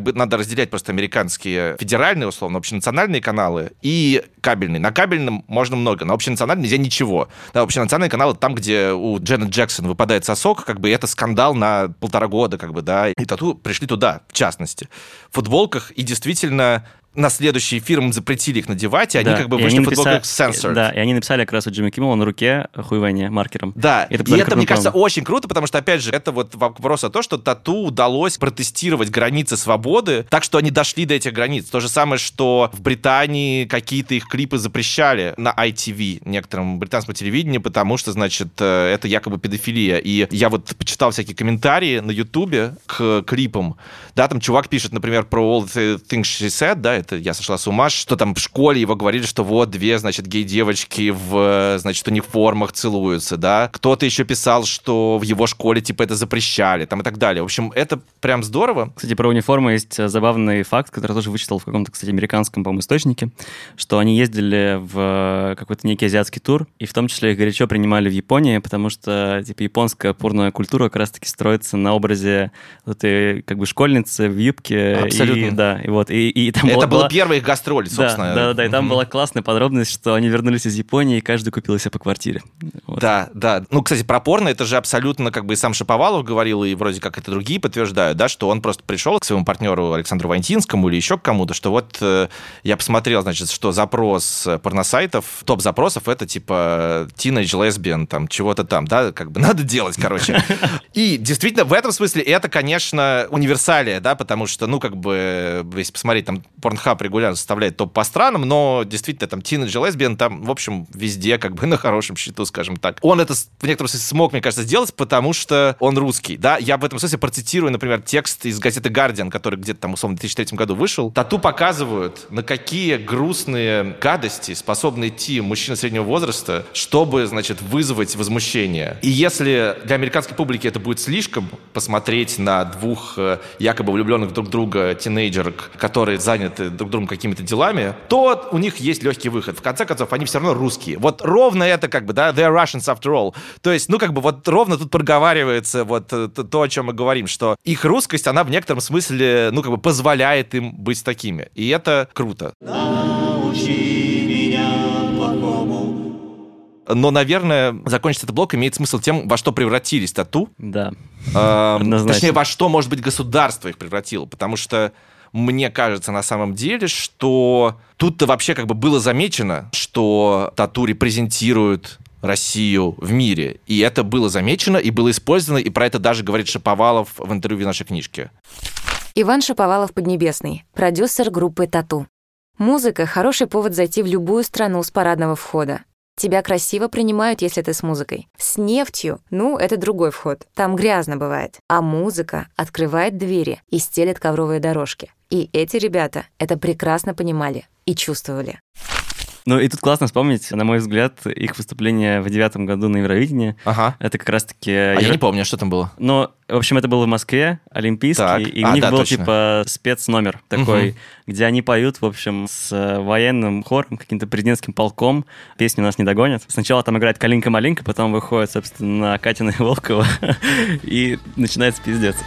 бы надо разделять просто американские федеральные, условно, общенациональные каналы и кабельные. На кабельном можно много, на общенациональном нельзя ничего. Да, общенациональные каналы там, где у Дженнет Джексон выпадает сосок, как бы это скандал на полтора года, как бы, да. И Тату пришли туда, в частности, в футболках, и действительно... На следующий эфир им запретили их надевать, и да, они как бы вышли в футболках censored. Да, и они написали как раз у Джимми Киммела на руке хуйвание маркером. Да, и это, и это мне кажется, очень круто, потому что, опять же, это вот вопрос о том, что Тату удалось протестировать границы свободы, так что они дошли до этих границ. То же самое, что в Британии какие-то их клипы запрещали на ай ти ви, некоторым британскому телевидению, потому что, значит, это якобы педофилия. И я вот почитал всякие комментарии на Ютубе к клипам. Да, там чувак пишет, например, про All the Things She Said, да, это я сошла с ума, что там в школе его говорили, что вот две, значит, гей-девочки в, значит, униформах целуются, да. Кто-то еще писал, что в его школе, типа, это запрещали, там, и так далее. В общем, это прям здорово. Кстати, про униформы есть забавный факт, который я тоже вычитал в каком-то, кстати, американском, по-моему, источнике, что они ездили в какой-то некий азиатский тур, и в том числе их горячо принимали в Японии, потому что, типа, японская порная культура как раз-таки строится на образе вот этой, как бы, школьницы в юбке. Абсолютно. И, да, и вот, и, и там это была, было была... первая их гастроль, собственно. Да, да, да, и там mm-hmm. была классная подробность, что они вернулись из Японии, и каждый купил себе по квартире. Вот. Да, да. Ну, кстати, про порно, это же абсолютно, как бы, и сам Шаповалов говорил, и вроде как это другие подтверждают, да, что он просто пришел к своему партнеру Александру Вантинскому или еще к кому-то, что вот э, я посмотрел, значит, что запрос порносайтов, топ запросов, это типа teenage lesbian, там, чего-то там, да, как бы надо делать, короче. И действительно, в этом смысле это, конечно, универсалия, да, потому что, ну, как бы, если посмотреть, там, Pornhub регулярно составляет топ по странам, но действительно, там, teenage lesbian, там, в общем, везде, как бы, на хорошем счету, скажем так. Он это в некотором смысле смог, мне кажется, сделать, потому что он русский, да. Я в этом смысле процитирую, например, текст из газеты Guardian, который где-то там, условно, в две тысячи третьем году вышел. Тату показывают, на какие грустные гадости способны идти мужчины среднего возраста, чтобы, значит, вызвать возмущение. И если для американской публики это будет слишком, посмотреть на двух якобы влюбленных друг в друга тинейджерок, которые заняты друг другом какими-то делами, то у них есть легкий выход. В конце концов, они все равно русские. Вот ровно это как бы, да, they're Russians after all. То есть, ну, как бы вот ровно тут проговаривается вот то, о чем мы говорим, что их русскость, она в некотором смысле, ну, как бы позволяет им быть такими. И это круто. Научи меня плохому. Но, наверное, закончить этот блок имеет смысл тем, во что превратились Тату. Да. Э, точнее, во что, может быть, государство их превратило. Потому что мне кажется на самом деле, что тут-то вообще как бы было замечено, что Тату репрезентирует Россию в мире. И это было замечено, и было использовано, и про это даже говорит Шаповалов в интервью в нашей книжке. Иван Шаповалов-Поднебесный, продюсер группы «Тату». Музыка — хороший повод зайти в любую страну с парадного входа. Тебя красиво принимают, если ты с музыкой. С нефтью, ну, это другой вход. Там грязно бывает. А музыка открывает двери и стелет ковровые дорожки. И эти ребята это прекрасно понимали и чувствовали. Ну и тут классно вспомнить, на мой взгляд, их выступление в девятом году на Евровидении. Ага. Это как раз-таки... А Евро... я не помню, что там было. Но, в общем, это было в Москве, Олимпийский, так. и а, у них да, был точно. типа спецномер такой, угу. где они поют, в общем, с военным хором, каким-то президентским полком. Песню нас не догонят. Сначала там играет «Калинка-малинка», потом выходит, собственно, Катина и Волкова, и начинается пиздец.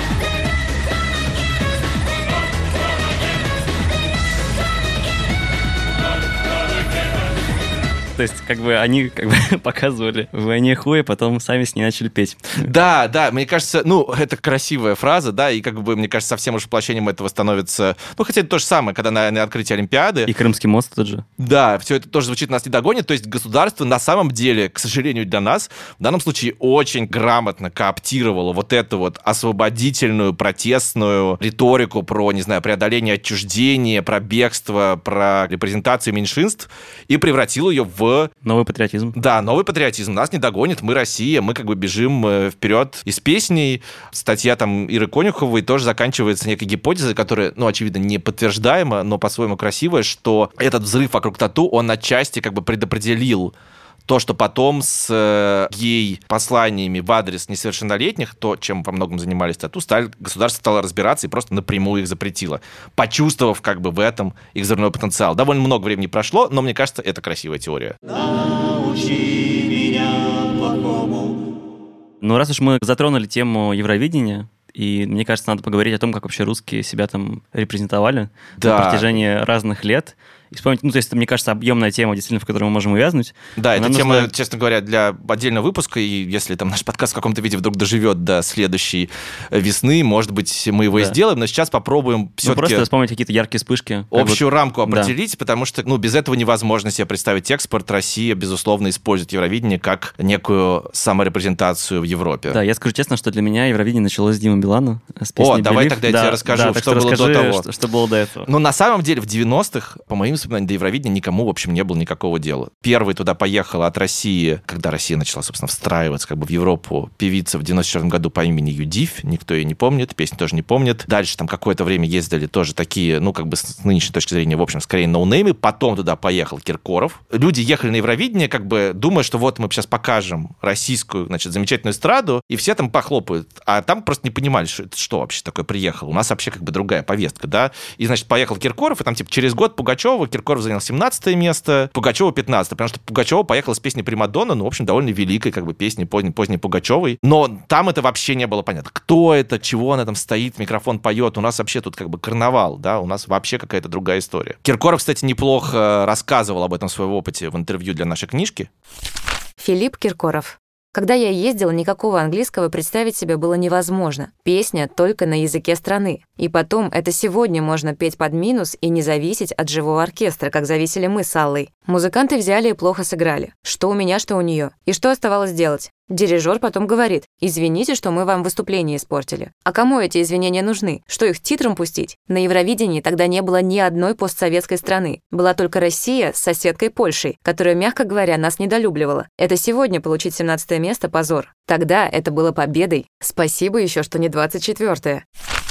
То есть, как бы, они как бы показывали в войне хуя, потом сами с ней начали петь. Да, да, мне кажется, ну, это красивая фраза, да, и как бы, мне кажется, совсем уж воплощением этого становится... Ну, хотя это то же самое, когда на, на открытии Олимпиады... И Крымский мост тот же. Да, все это тоже звучит «нас не догонит», то есть государство на самом деле, к сожалению для нас, в данном случае очень грамотно кооптировало вот эту вот освободительную, протестную риторику про, не знаю, преодоление отчуждения, про бегство, про репрезентацию меньшинств и превратило ее в новый патриотизм. Да, новый патриотизм. Нас не догонит, мы Россия, мы как бы бежим вперед. И с песней статья там Иры Конюховой тоже заканчивается некой гипотезой, которая, ну, очевидно, не подтверждаема, но по-своему красивая, что этот взрыв вокруг Тату, он отчасти как бы предопределил то, что потом с гей-посланиями в адрес несовершеннолетних, то, чем во многом занимались Тату, стали, государство стало разбираться и просто напрямую их запретило, почувствовав как бы в этом их взрывной потенциал. Довольно много времени прошло, но мне кажется, это красивая теория. Научи меня плохому. Ну, раз уж мы затронули тему Евровидения, И мне кажется, надо поговорить о том, как вообще русские себя там репрезентовали да. на протяжении разных лет. И вспомнить, ну, то есть, это, мне кажется, объемная тема, действительно, в которой мы можем увязнуть. Да, это нужна... тема, нужно... честно говоря, для отдельного выпуска, и если там наш подкаст в каком-то виде вдруг доживет до следующей весны, может быть, мы его да. и сделаем, но сейчас попробуем все-таки... Ну, просто вспомнить какие-то яркие вспышки. Общую вот... рамку определить, да. потому что, ну, без этого невозможно себе представить экспорт. Россия, безусловно, использует Евровидение как некую саморепрезентацию в Европе. Да, я скажу честно, что для меня Евровидение началось с Димы Билана, с песней О, давай Believe. тогда я да, тебе расскажу, да, что было расскажи, до того. Что, что было до этого. Ну, на самом деле, в девяностых, по моим воспоминаниям, до Евровидения никому, в общем, не было никакого дела. Первый туда поехала от России, когда Россия начала, собственно, встраиваться как бы в Европу, певица в девяносто четвёртом году по имени Юдив, никто ее не помнит, песню тоже не помнит. Дальше там какое-то время ездили тоже такие, ну, как бы с нынешней точки зрения, в общем, скорее ноунеймы. Потом туда поехал Киркоров. Люди ехали на Евровидение, как бы думая, что вот мы сейчас покажем российскую, значит, замечательную эстраду, и все там похлопают. А там просто не понимали, что это что вообще такое приехало. У нас вообще как бы другая повестка, да. И, значит, поехал Киркоров, и там, типа, через год Пугачева, Киркоров занял семнадцатое место, Пугачева пятнадцатое, потому что Пугачева поехала с песней «Примадонна», ну, в общем, довольно великой, как бы, песней поздней, поздней Пугачевой. Но там это вообще не было понятно. Кто это, чего она там стоит, микрофон поет. У нас вообще тут как бы карнавал, да, у нас вообще какая-то другая история. Киркоров, кстати, неплохо рассказывал об этом в своем опыте в интервью для нашей книжки. Филипп Киркоров. Когда я ездила, никакого английского представить себе было невозможно. Песня только на языке страны. И потом, это сегодня можно петь под минус и не зависеть от живого оркестра, как зависели мы с Аллой. Музыканты взяли и плохо сыграли. Что у меня, что у нее. И что оставалось делать? Дирижер потом говорит: «Извините, что мы вам выступление испортили». А кому эти извинения нужны? Что, их титром пустить? На Евровидении тогда не было ни одной постсоветской страны. Была только Россия с соседкой Польшей, которая, мягко говоря, нас недолюбливала. Это сегодня получить семнадцатое место — позор. Тогда это было победой. Спасибо еще, что не двадцать четвёртое.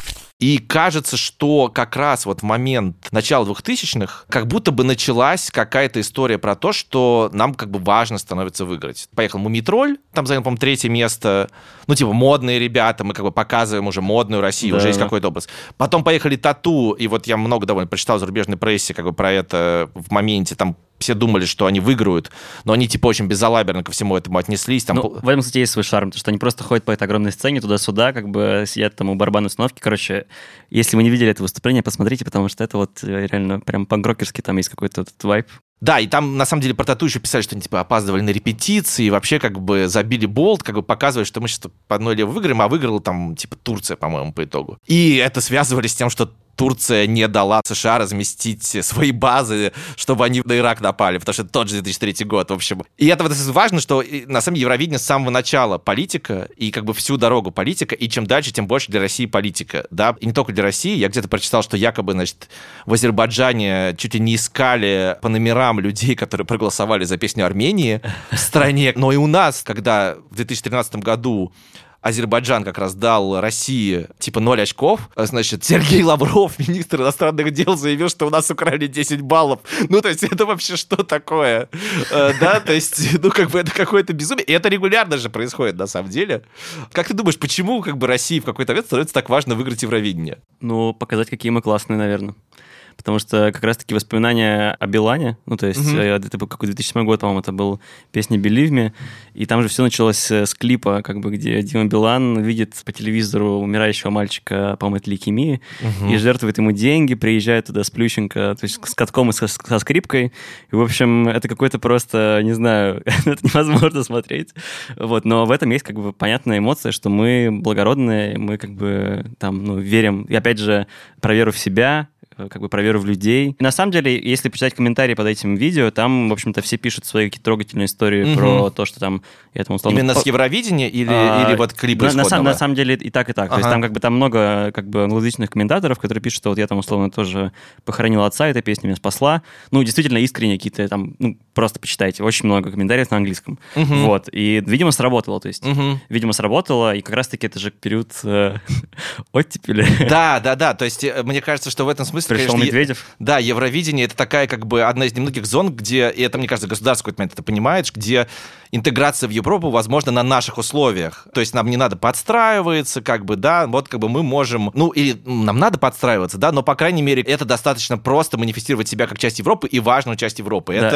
И кажется, что как раз вот в момент начала двухтысячных как будто бы началась какая-то история про то, что нам как бы важно становится выиграть. Поехал Мумий-тролль, там занял, по-моему, третье место. Ну, типа, модные ребята, мы как бы показываем уже модную Россию, да, уже есть да. какой-то образ. Потом поехали Тату, и вот я много довольно прочитал в зарубежной прессе как бы про это в моменте, там все думали, что они выиграют, но они, типа, очень безалаберно ко всему этому отнеслись. Там... Ну, в этом, кстати, есть свой шарм, потому что они просто ходят по этой огромной сцене туда-сюда, как бы сидят там у барабанной установки. Короче, если вы не видели это выступление, посмотрите, потому что это вот реально прям панк-рокерский, там есть какой-то этот вайб. Да, и там, на самом деле, про Тату еще писали, что они, типа, опаздывали на репетиции, и вообще, как бы, забили болт, как бы, показывали, что мы сейчас по одной левой выиграем, а выиграла там, типа, Турция, по-моему, по итогу. И это связывали с тем, что Турция не дала США разместить свои базы, чтобы они на Ирак напали, потому что это тот же две тысячи третий год, в общем. И это вот важно, что, на самом деле, Евровидение с самого начала политика, и как бы всю дорогу политика, и чем дальше, тем больше для России политика, да. И не только для России. Я где-то прочитал, что якобы, значит, в Азербайджане чуть ли не искали по номерам людей, которые проголосовали за песню Армении в стране. Но и у нас, когда в две тысячи тринадцатом году Азербайджан как раз дал России типа ноль очков. Значит, Сергей Лавров, министр иностранных дел, заявил, что у нас украли десять баллов. Ну, то есть, это вообще что такое? Да, то есть, ну, как бы это какое-то безумие. И это регулярно же происходит, на самом деле. Как ты думаешь, почему как бы России в какой-то момент становится так важно выиграть Евровидение? Ну, показать, какие мы классные, наверное. Потому что как раз-таки воспоминания о Билане, ну, то есть, mm-hmm. это был какой две тысячи седьмой год, по-моему, это был песня «Believe Me», и там же все началось с клипа, как бы, где Дима Билан видит по телевизору умирающего мальчика, по-моему, от лейкемии, mm-hmm. и жертвует ему деньги, приезжает туда с Плющенко, то есть с катком и со, со скрипкой, и, в общем, это какой-то просто, не знаю, это невозможно смотреть, вот, но в этом есть, как бы, понятная эмоция, что мы благородные, мы, как бы, там, ну, верим, и, опять же, про веру в себя, как бы про веру в людей. И на самом деле, если почитать комментарии под этим видео, там, в общем-то, все пишут свои какие-то трогательные истории mm-hmm. про то, что там... Я там условно... Именно с Евровидения или, а, или вот клипа на, исходного? На, на самом деле и так, и так. Ага. То есть там как бы там много как бы англоязычных комментаторов, которые пишут, что вот я там условно тоже похоронил отца, эта песня меня спасла. Ну, действительно, искренне какие-то там... Ну, просто почитайте. Очень много комментариев на английском. Mm-hmm. Вот. И, видимо, сработало. То есть, mm-hmm. видимо, сработало. И как раз-таки это же период э, оттепели. Да, да, да. То есть, мне кажется, что в этом смысле... Пришел конечно, Медведев. Да, Евровидение — это такая как бы одна из немногих зон, где, и это, мне кажется, государство в какой-то момент это понимает, где интеграция в Европу возможна на наших условиях. То есть нам не надо подстраиваться, как бы, да, вот как бы мы можем, ну, или нам надо подстраиваться, да, но, по крайней мере, это достаточно просто манифестировать себя как часть Европы и важную часть Европы. Да, это... и, и тут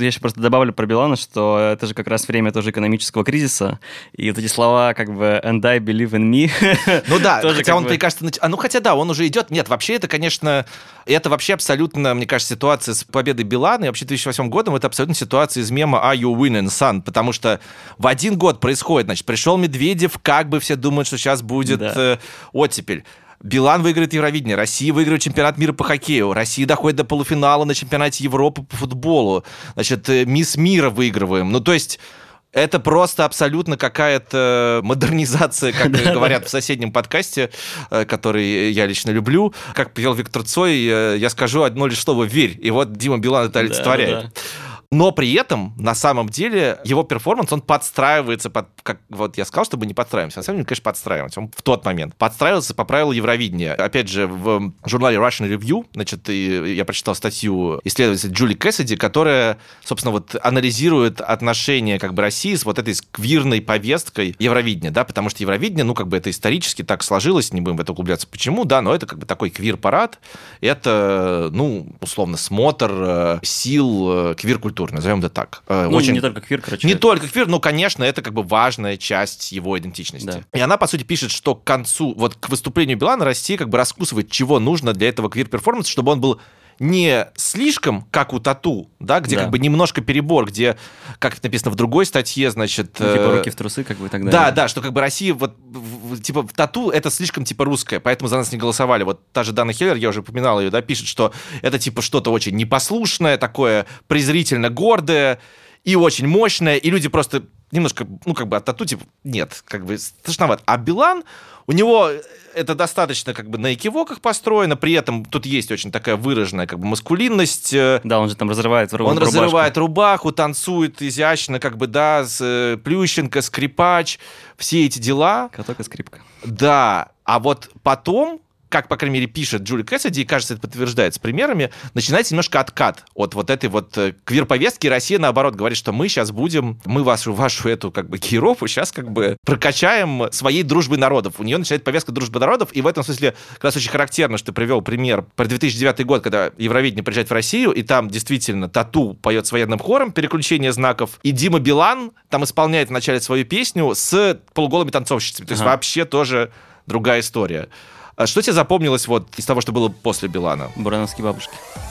я еще просто добавлю про Билана, что это же как раз время тоже экономического кризиса, и вот эти слова как бы «and I believe in me». Ну да, хотя он, мне кажется, а ну хотя да, он уже идет. Нет, вообще это, конечно, это вообще абсолютно, мне кажется, ситуация с победой Билана, и вообще две тысячи восьмым годом это абсолютно ситуация из мема «Are you winning, son?», потому что в один год происходит, значит, пришел Медведев, как бы все думают, что сейчас будет да. э, оттепель. Билан выиграет Евровидение, Россия выиграет чемпионат мира по хоккею, Россия доходит до полуфинала на чемпионате Европы по футболу, значит, мисс мира выигрываем. Ну, то есть это просто абсолютно какая-то модернизация, как говорят в соседнем подкасте, который я лично люблю. Как пел Виктор Цой, я скажу одно лишь слово «верь». И вот Дима Билан это олицетворяет. Да, да. Но при этом, на самом деле, его перформанс, он подстраивается под, как вот я сказал, чтобы не подстраиваемся. На самом деле, конечно, подстраиваемся. Он в тот момент подстраивался по правилам Евровидения. Опять же, в журнале Russian Review, значит, я прочитал статью исследователя Джули Кэссиди, которая, собственно, вот анализирует отношения как бы России с вот этой сквирной повесткой Евровидения, да, потому что Евровидение, ну, как бы это исторически так сложилось, не будем в это углубляться, почему, да, но это как бы такой квир-парад, это, ну, условно, смотр сил квир-культуры, назовем это так. Ну, Очень... не только квир, короче. Не только квир, но, конечно, это как бы важная часть его идентичности. Да. И она, по сути, пишет, что к концу, вот к выступлению Билана Россия как бы раскусывает, чего нужно для этого квир-перформанса, чтобы он был не слишком, как у Тату, да, где да. как бы немножко перебор, где, как это написано в другой статье, значит... Ну, типа руки в трусы, как бы, и так далее. Да, да, что как бы Россия, вот, в, типа, в Тату это слишком, типа, русское, поэтому за нас не голосовали. Вот та же Дана Хеллер, я уже упоминал ее, да, пишет, что это, типа, что-то очень непослушное, такое презрительно гордое и очень мощное, и люди просто немножко, ну, как бы от Тату, типа, нет, как бы страшновато. А Билан, у него это достаточно как бы на экивоках построено, при этом тут есть очень такая выраженная как бы маскулинность. Да, он же там разрывает рубашку. Он разрывает рубаху, танцует изящно, как бы, да, с Плющенко, скрипач, все эти дела. Каток и скрипка. Да, а вот потом, как, по крайней мере, пишет Джули Кэссиди, и, кажется, это подтверждается примерами, начинается немножко откат от вот этой вот квир-повестки. Россия, наоборот, говорит, что мы сейчас будем, мы вашу, вашу эту, как бы, Европу сейчас, как бы, прокачаем своей дружбой народов. У нее начинает повестка дружбы народов, и в этом смысле как раз очень характерно, что ты привел пример про две тысячи девятый год, когда Евровидение приезжает в Россию, и там действительно Тату поет с военным хором «Переключение знаков», и Дима Билан там исполняет вначале свою песню с полуголыми танцовщицами. То есть ага. вообще тоже другая история. Что тебе запомнилось вот из того, что было после Билана? Бурановские бабушки.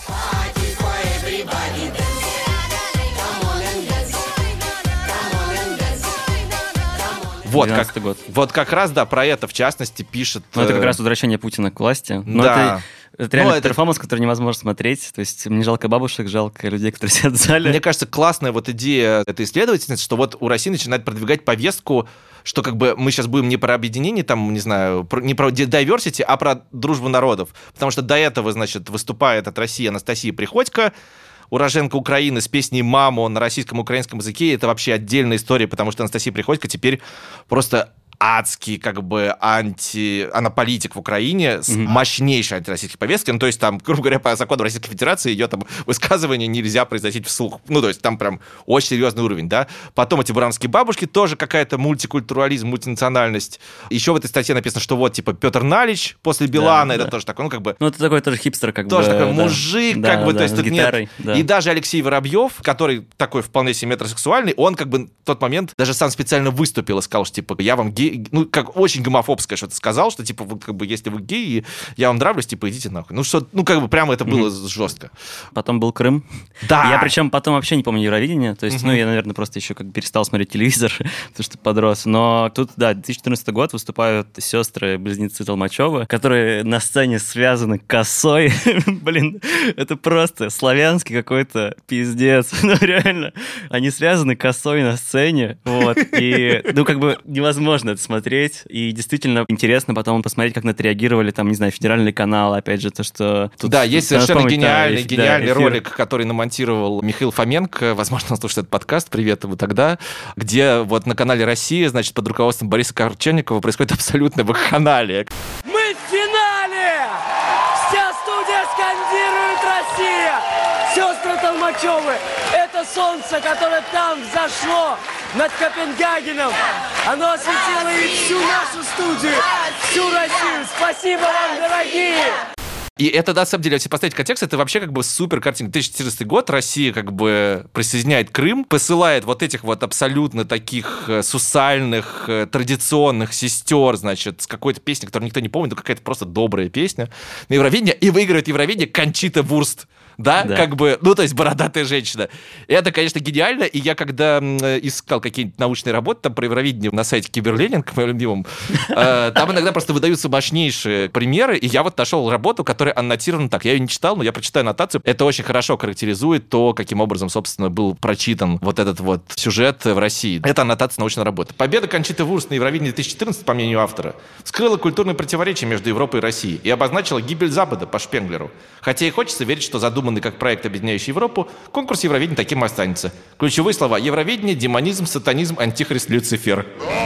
Вот как, год. вот как раз, да, про это, в частности, пишет... Ну, это как раз возвращение Путина к власти. Но да. это, это реально перформанс, это... который невозможно смотреть. То есть мне жалко бабушек, жалко людей, которые сидят в зале. Мне кажется, классная вот идея этой исследовательницы, что вот у России начинает продвигать повестку, что как бы мы сейчас будем не про объединение, там, не знаю, не про diversity, а про дружбу народов. Потому что до этого, значит, выступает от России Анастасия Приходько, уроженка Украины, с песней «Маму» на российском и украинском языке. Это вообще отдельная история, потому что Анастасия Приходько теперь просто адский, как бы, анти... Она политик в Украине с mm-hmm. мощнейшей антироссийской повесткой. Ну, то есть там, грубо говоря, по закону Российской Федерации ее там высказывание нельзя произносить вслух. Ну, то есть там прям очень серьезный уровень, да. Потом эти бурановские бабушки, тоже какая-то мультикультурализм, мультинациональность. Еще в этой статье написано, что вот, типа, Петр Налич после Билана, да, это да. тоже такой, ну, как бы... Ну, это такой тоже хипстер, как тоже бы... Тоже такой да. мужик, да, как бы, да, то есть тут гитарой, нет... Да. И даже Алексей Воробьев, который такой вполне себе метросексуальный, он как бы в тот момент даже сам специально выступил и сказал, что, типа, я вам гей... Ну, как очень гомофобское что-то сказал, что, типа, вы, как бы, если вы геи, я вам нравлюсь, типа, идите нахуй. Ну, что, ну, как бы, прямо это было mm-hmm. жестко. Потом был Крым. Да! Я, причем, потом вообще не помню Евровидение, то есть, mm-hmm. ну, я, наверное, просто еще как перестал смотреть телевизор, потому что подрос. Но тут, да, две тысячи четырнадцатый год, выступают сестры-близнецы Толмачевы, которые на сцене связаны косой. Блин, это просто славянский какой-то пиздец. Ну, реально. Они связаны косой на сцене, вот, и, ну, как бы невозможно это смотреть. И действительно интересно потом посмотреть, как на это реагировали, там, не знаю, федеральный канал, опять же, то, что... Тут, да, есть совершенно гениальный, да, гениальный да, ролик, который намонтировал Михаил Фоменко, возможно, он слушает этот подкаст, привет ему тогда, где вот на канале «Россия», значит, под руководством Бориса Корчевникова происходит абсолютная вакханалия. Мы в финале! Вся студия скандирует «Россия!» Сестры Толмачевы, это солнце, которое там взошло над Копенгагеном, оно осветило и всю нашу студию, всю Россию. Спасибо вам, дорогие! И это, на самом деле, если поставить контекст, это вообще как бы супер картинка. две тысячи четырнадцатый год, Россия как бы присоединяет Крым, посылает вот этих вот абсолютно таких сусальных, традиционных сестер, значит, с какой-то песней, которую никто не помнит, но какая-то просто добрая песня на Евровидение, и выигрывает Евровидение Кончита Вурст. Да? да, как бы, ну, то есть бородатая женщина. И это, конечно, гениально, и я, когда искал какие-нибудь научные работы там про Евровидение на сайте Киберленинг, моем любимом, там иногда просто выдаются мощнейшие примеры, и я вот нашел работу, которая аннотирована так. Я ее не читал, но я прочитаю аннотацию. Это очень хорошо характеризует то, каким образом, собственно, был прочитан вот этот вот сюжет в России. Это аннотация научной работы. Победа Кончиты Вурст на Евровидении две тысячи четырнадцать, по мнению автора, вскрыла культурные противоречия между Европой и Россией и обозначила гибель Запада по Шпенглеру. Хотя и хочется верить, что задуманный как проект, объединяющий Европу, конкурс Евровидения таким останется. Ключевые слова: Евровидение, демонизм, сатанизм, антихрист, Люцифер.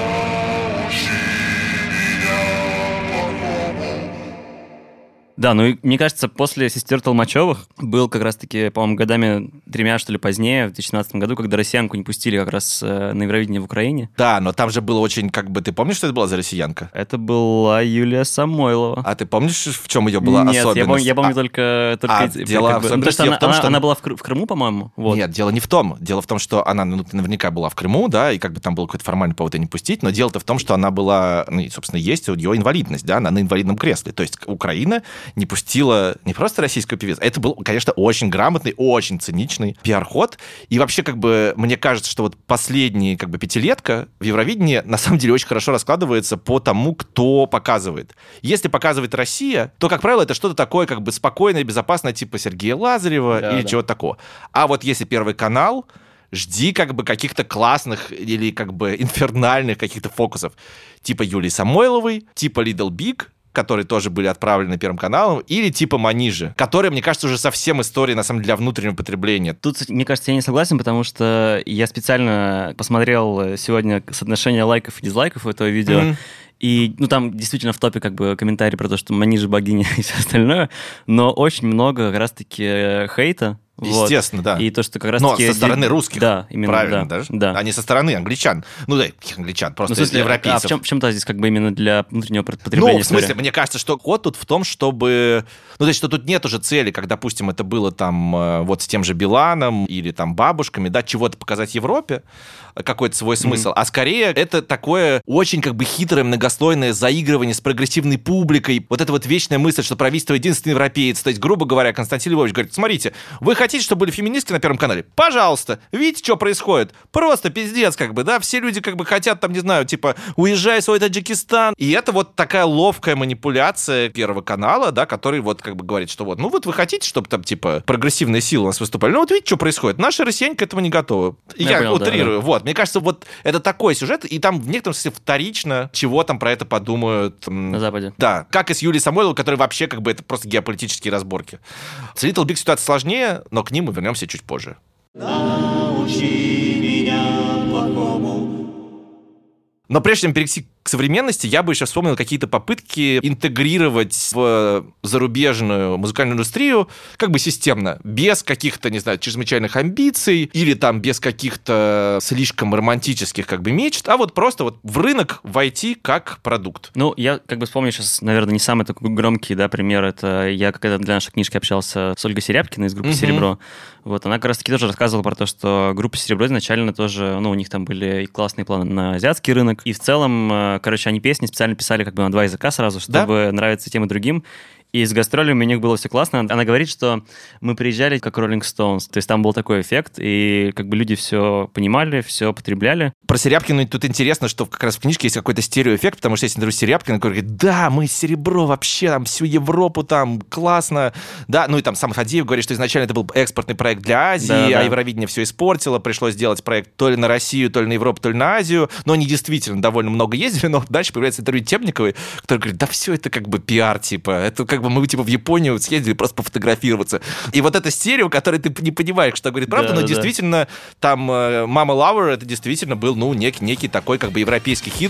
Да, ну и мне кажется, после «Сестер Толмачевых» был как раз-таки, по-моему, годами тремя, что ли, позднее, в две тысячи семнадцатом году, когда россиянку не пустили как раз э, на Евровидение в Украине. Да, но там же было очень, как бы, ты помнишь, что это была за россиянка? Это была Юлия Самойлова. А ты помнишь, в чем ее была Нет, особенность? я помню, я помню а, только... только а дело как бы, в, ну, она, в том, она, что она была в, Кры- в Крыму, по-моему? Вот. Нет, дело не в том. Дело в том, что она ну, наверняка была в Крыму, да, и как бы там был какой-то формальный повод ее не пустить, но дело-то в том, что она была, ну, и, собственно, есть у нее инвалидность, да, она на инвалидном кресле. То есть Украина не пустила не просто российскую певицу, это был, конечно, очень грамотный, очень циничный пиар-ход. И вообще, как бы, мне кажется, что вот последняя, как бы, пятилетка в Евровидении на самом деле очень хорошо раскладывается по тому, кто показывает. Если показывает Россия, то, как правило, это что-то такое, как бы, спокойное, безопасное, типа Сергея Лазарева да, или да. чего-то такого. А вот если Первый канал, жди, как бы, каких-то классных или, как бы, инфернальных каких-то фокусов. Типа Юлии Самойловой, типа Little Big, которые тоже были отправлены Первым каналом, или типа Манижи, которые, мне кажется, уже совсем история, на самом деле, для внутреннего потребления. Тут, мне кажется, я не согласен, потому что я специально посмотрел сегодня соотношение лайков и дизлайков у этого видео, mm-hmm. И, ну, там действительно в топе как бы комментарий про то, что Манижа богиня и все остальное, но очень много как раз-таки хейта. Естественно, вот. да. И то, что как раз-таки... Но со стороны русских, да, именно, правильно, да, даже? Да. А не со стороны англичан. Ну, да, каких англичан, просто ну, смысле, европейцев. А в чем, в чем-то здесь как бы именно для внутреннего потребления? Ну, в смысле, история? Мне кажется, что ход тут в том, чтобы... Ну, то есть, что тут нет уже цели, как, допустим, это было там вот с тем же Биланом или там бабушками, да, чего-то показать Европе, какой-то свой смысл, mm-hmm. а скорее это такое очень как бы хитрое, многослойное заигрывание с прогрессивной публикой, вот эта вот вечная мысль, что правительство единственный европеец, то есть, грубо говоря, Константин Львович говорит: смотрите, вы хотите, чтобы были феминистки на Первом канале? Пожалуйста, видите, что происходит? Просто пиздец, как бы, да, все люди как бы хотят там, не знаю, типа, уезжай в свой Таджикистан, и это вот такая ловкая манипуляция Первого канала, да, который вот как бы говорит, что вот, ну вот вы хотите, чтобы там, типа, прогрессивные силы у нас выступали, ну вот видите, что происходит? Наши россияне к этому не готовы. Я, Я понял, утрирую, да, да. Вот. Мне кажется, вот это такой сюжет, и там в некотором смысле вторично, чего там про это подумают. На Западе. Да, как и с Юлией Самойловой, которая вообще как бы это просто геополитические разборки. С Little Big ситуация сложнее, но к ним мы вернемся чуть позже. Научи меня плохому. Но прежде чем перейти к современности, я бы еще вспомнил какие-то попытки интегрировать в зарубежную музыкальную индустрию как бы системно, без каких-то, не знаю, чрезвычайных амбиций или там без каких-то слишком романтических как бы мечт, а вот просто вот в рынок войти как продукт. Ну, я как бы вспомню сейчас, наверное, не самый такой громкий, да, пример. Это я когда для нашей книжки общался с Ольгой Серябкиной из группы mm-hmm. «Серебро». Вот, она как раз-таки тоже рассказывала про то, что группа «Серебро» изначально тоже, ну, у них там были и классные планы на азиатский рынок, и в целом, короче, они песни специально писали как бы на два языка сразу, чтобы да? нравиться тем и другим. И с гастролями у них было все классно. Она говорит, что мы приезжали как Rolling Stones. То есть там был такой эффект, и как бы люди все понимали, все потребляли. Про Серябкину тут интересно, что как раз в книжке есть какой-то стереоэффект, потому что есть интервью с Серябкиной, который говорит: да, мы Серебро вообще, там, всю Европу там, классно. Да, ну и там сам Фадеев говорит, что изначально это был экспортный проект для Азии, да, да. а Евровидение все испортило, пришлось делать проект то ли на Россию, то ли на Европу, то ли на Азию. Но они действительно довольно много ездили, но дальше появляется интервью Темниковой, который говорит: да все это как бы пиар, типа, это как бы мы типа в Японию съездили просто пофотографироваться. И вот это стерео, которое ты не понимаешь, что говорит правда, да, но да, действительно там «Mama Lover» это действительно был, ну, некий, некий такой как бы европейский хит.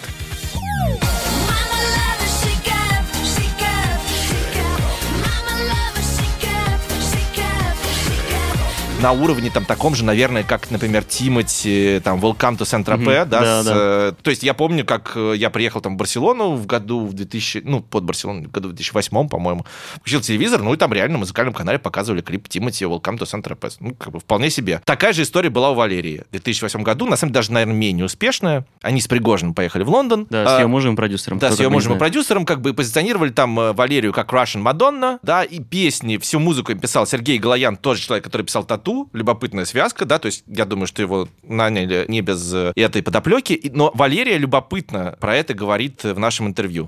на уровне там таком же, наверное, как, например, Тимати, там, Welcome to Saint-Tropez, Mm-hmm. да, да, с, да. Э, то есть я помню, как я приехал там в Барселону в году в двухтысячном, ну, под Барселону, в году в две тысячи восьмом, по-моему, включил телевизор, ну, и там реально на музыкальном канале показывали клип Тимати Welcome to Saint-Tropez. Ну, как бы вполне себе. Такая же история была у Валерии в две тысячи восьмом году, на самом деле, даже, наверное, менее успешная. Они с Пригожиным поехали в Лондон. Да, с ее мужем и продюсером. Да, Кто с ее как бы не мужем и знает. продюсером, как бы позиционировали там э, Валерию как Russian Madonna, да, и песни, всю музыку им писал Сергей Галаян, тоже человек, который писал «Тату», любопытная связка, да, то есть я думаю, что его наняли не без э, этой подоплеки, И- но Валерия любопытно про это говорит в нашем интервью.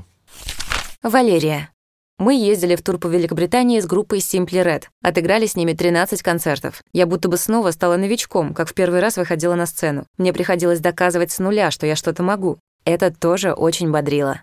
Валерия. Мы ездили в тур по Великобритании с группой Simply Red. Отыграли с ними тринадцать концертов. Я будто бы снова стала новичком, как в первый раз выходила на сцену. Мне приходилось доказывать с нуля, что я что-то могу. Это тоже очень бодрило.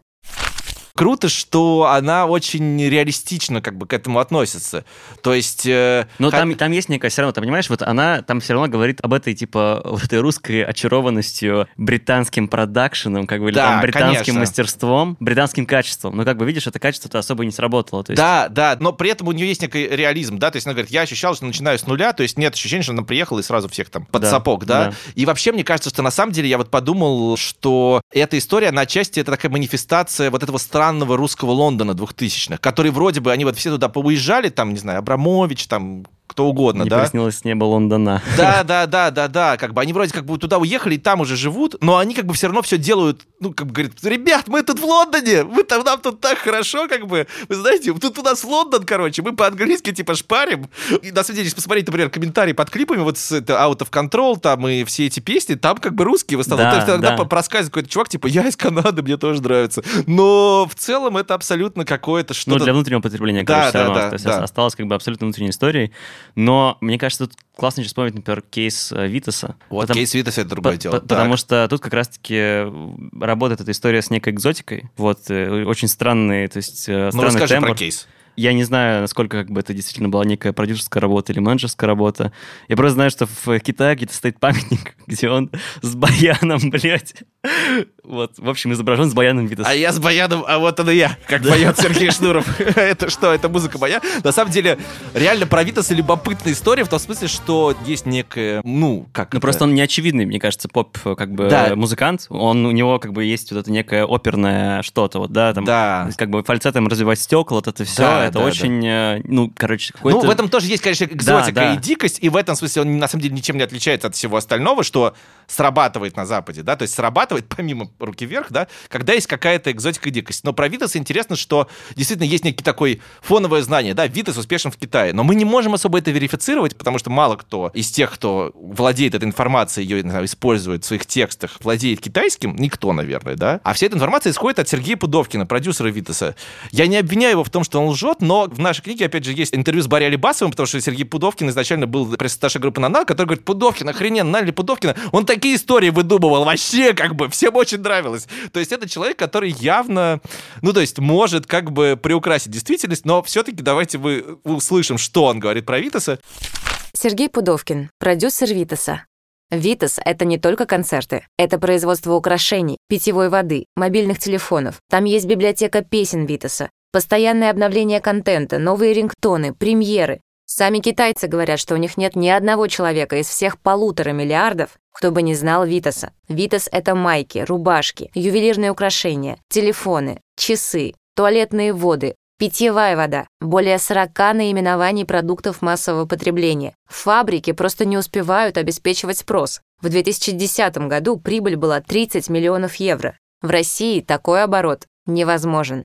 Круто, что она очень реалистично как бы к этому относится. То есть... Э, Но ха- там, там есть некая все равно, ты понимаешь, вот она там все равно говорит об этой, типа, вот этой русской очарованностью, британским продакшеном, как бы, или Да, там британским конечно. мастерством, британским качеством. Но, как бы, видишь, это качество-то особо не сработало. То есть... Да, да, но при этом у нее есть некий реализм, да, то есть она говорит, я ощущала, что начинаю с нуля, то есть нет ощущения, что она приехала и сразу всех там под Да, сапог, да? да. И вообще, мне кажется, что на самом деле я вот подумал, что эта история, она отчасти это такая манифестация вот этого странного русского Лондона двухтысячных, который вроде бы, они вот все туда поуезжали, там, не знаю, Абрамович, там, кто угодно, Не да? приснилось с неба Лондона. Да, да, да, да, да, как бы они вроде как бы туда уехали и там уже живут, но они как бы все равно все делают, ну, как бы говорят, ребят, мы тут в Лондоне, мы там, нам тут так хорошо, как бы, вы знаете, тут у нас Лондон, короче, мы по-английски типа шпарим. И на самом деле, если посмотреть, например, комментарии под клипами, вот с это Out of Control, там и все эти песни, там как бы русские в основном. Да, То есть иногда да. проскальзывает какой-то чувак, типа, я из Канады, мне тоже нравится. Но в целом это абсолютно какое-то Ну, что-то... для внутреннего потребления, Да, короче, всё да, равно. да, То есть да. осталось как бы абсолютно внутренней историей. Но мне кажется, тут классно еще вспомнить, например, кейс э, Витаса. Вот Потому- кейс Витаса — это другое по- дело. по- Потому что тут как раз-таки работает эта история с некой экзотикой. Вот, э, очень странный, то есть э, Ну, странный расскажи тембр. про кейс. Я не знаю, насколько как бы это действительно была некая продюсерская работа или менеджерская работа. Я просто знаю, что в Китае где-то стоит памятник, где он с баяном, блядь. Вот, в общем, изображен с баяном Витаса. А я с баяном, а вот он и я, как поет Сергей Шнуров. Это что, это музыка моя? На самом деле, реально про Витаса любопытная история в том смысле, что есть некая, ну, как Ну, это? просто он не очевидный, мне кажется, поп, как бы, Да. музыкант. Он, у него, как бы, есть вот это некое оперное что-то, вот, да, там, Да. как бы, фальцетом развивать стекла, вот это все, Да, это да, очень, э, ну, короче, какой-то... Ну, в этом тоже есть, конечно, экзотика Да, да. и дикость, и в этом смысле он на самом деле ничем не отличается от всего остального, что срабатывает на Западе, да, то есть срабатывает помимо руки вверх, да, когда есть какая-то экзотика и дикость. Но про Витаса интересно, что действительно есть некий такой фоновое знание, да, Витас успешен в Китае, но мы не можем особо это верифицировать, потому что мало кто из тех, кто владеет этой информацией, ее, не знаю, использует в своих текстах, владеет китайским, никто, наверное, да, а вся эта информация исходит от Сергея Пудовкина, продюсера Витаса. Я не обвиняю его в том, что он лжет, но в нашей книге, опять же, есть интервью с Барри Алибасовым, потому что Сергей Пудовкин изначально был пресс-атташе группы «Нана», который говорит, Пудовкин, охрененно, наняли Пудовкина, он такие истории выдумывал, вообще, как бы, всем очень нравилось. То есть это человек, который явно, ну, то есть может как бы приукрасить действительность, но все-таки давайте вы услышим, что он говорит про Витаса. Сергей Пудовкин, продюсер Витаса. Витас — это не только концерты. Это производство украшений, питьевой воды, мобильных телефонов. Там есть библиотека песен Витаса, постоянное обновление контента, новые рингтоны, премьеры. Сами китайцы говорят, что у них нет ни одного человека из всех полутора миллиардов, кто бы не знал Витаса. Витас — это майки, рубашки, ювелирные украшения, телефоны, часы, туалетные воды, питьевая вода, более сорока наименований продуктов массового потребления. Фабрики просто не успевают обеспечивать спрос. В две тысячи десятом году прибыль была тридцать миллионов евро. В России такой оборот невозможен.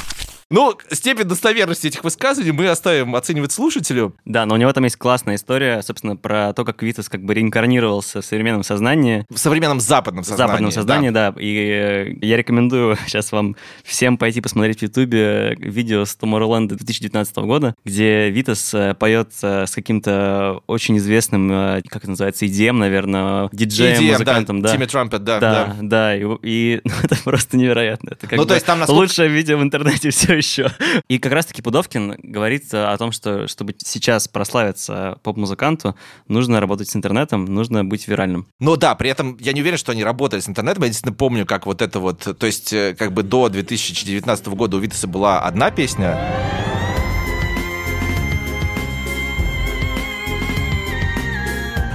Ну, степень достоверности этих высказываний мы оставим оценивать слушателю. Да, но у него там есть классная история, собственно, про то, как Витас как бы реинкарнировался в современном сознании. В современном западном В сознании. западном сознании, да. И э, я рекомендую сейчас вам всем пойти посмотреть в Ютубе видео с Tomorrowland две тысячи девятнадцатого года, где Витас э, поет э, с каким-то очень известным, э, как это называется, и ди эм, наверное, диджеем, и ди эм, музыкантом. да, Да, Тимми Трампет, да. Да, да. да, и, и ну, это просто невероятно. Это как Ну, бы то есть там насколько- лучшее видео в интернете все еще. И как раз-таки Пудовкин говорит о том, что чтобы сейчас прославиться поп-музыканту, нужно работать с интернетом, нужно быть виральным. Ну да, при этом я не уверен, что они работали с интернетом. Я действительно помню, как вот это вот... То есть э, как бы до две тысячи девятнадцатого года у Витаса была одна песня.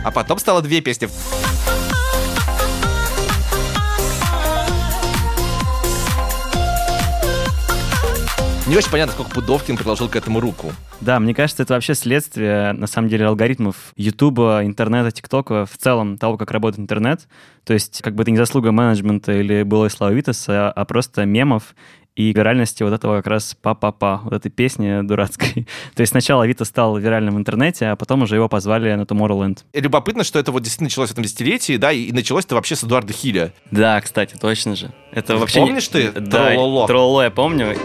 А потом стало две песни. Не очень понятно, сколько Пудовкин приложил к этому руку. Да, мне кажется, это вообще следствие, на самом деле, алгоритмов Ютуба, интернета, ТикТока, в целом того, как работает интернет. То есть, как бы это не заслуга менеджмента или былой славы Витаса, а просто мемов и виральности вот этого как раз па-па-па, вот этой песни дурацкой. То есть сначала Витас стал виральным в интернете, а потом уже его позвали на Tomorrowland. И любопытно, что это вот действительно началось в этом десятилетии, да, и началось это вообще с Эдуарда Хиля. Да, кстати, точно же. Это вообще... Помнишь ты? Да, Трололо. Трололо я помню.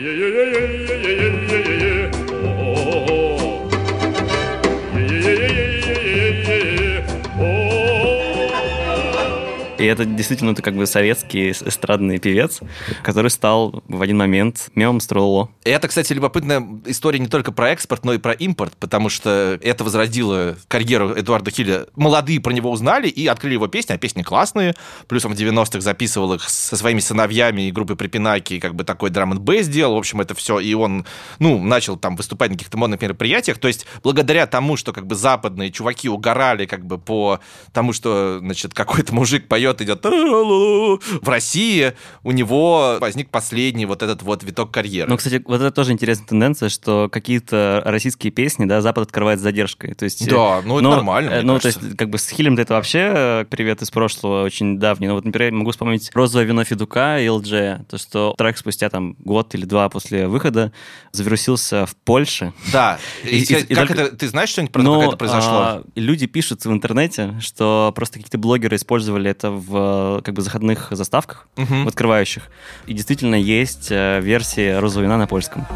И это действительно это как бы советский эстрадный певец, который стал в один момент мемом с Трололо. И это, кстати, любопытная история не только про экспорт, но и про импорт, потому что это возродило карьеру Эдуарда Хиля. Молодые про него узнали и открыли его песни, а песни классные. Плюс он в девяностых записывал их со своими сыновьями и группой Припинаки, как бы такой драм-н-бейс делал. В общем, это все. И он, ну, начал там выступать на каких-то модных мероприятиях. То есть, благодаря тому, что как бы западные чуваки угорали как бы по тому, что, значит, какой-то мужик поет, идет в России, у него возник последний вот этот вот виток карьеры. Ну, кстати, вот это тоже интересная тенденция, что какие-то российские песни, да, Запад открывает с задержкой. То есть, да, ну это но, нормально, мне Ну, кажется. то есть, как бы с Хилем это вообще привет из прошлого, очень давний. Ну, вот, например, я могу вспомнить «Розовое вино Федука» и эл джей, то, что трек спустя там год или два после выхода завирусился в Польше. Да, и, и, и как только... это, ты знаешь что-нибудь про то, как это произошло? А, люди пишут в интернете, что просто какие-то блогеры использовали это в как бы заходных заставках, uh-huh. в открывающих. И действительно есть версии «Розового вина» на польском.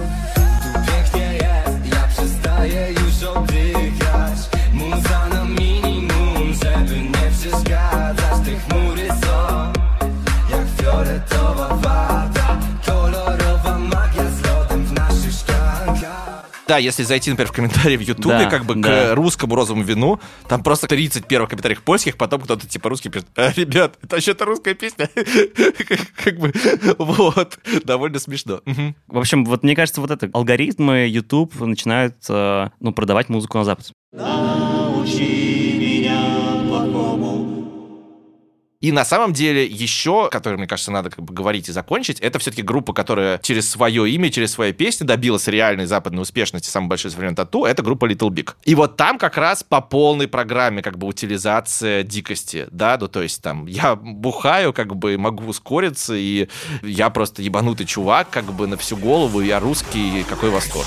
Да, если зайти, например, в комментарии в Ютубе, да, как бы да. к русскому розовому вину, там просто тридцать первых комментариев польских, потом кто-то типа русский пишет: а, ребят, это вообще-то русская песня. Как бы, вот, довольно смешно. В общем, вот мне кажется, вот это алгоритмы YouTube начинают, ну, продавать музыку на Запад. Научи меня плохому. И на самом деле еще, который, мне кажется, надо как бы говорить и закончить, это все-таки группа, которая через свое имя, через свои песни добилась реальной западной успешности, самой большой со времен Тату, это группа Little Big. И вот там как раз по полной программе как бы утилизация дикости, да, ну то есть там я бухаю, как бы могу ускориться, и я просто ебанутый чувак, как бы на всю голову, я русский, какой восторг.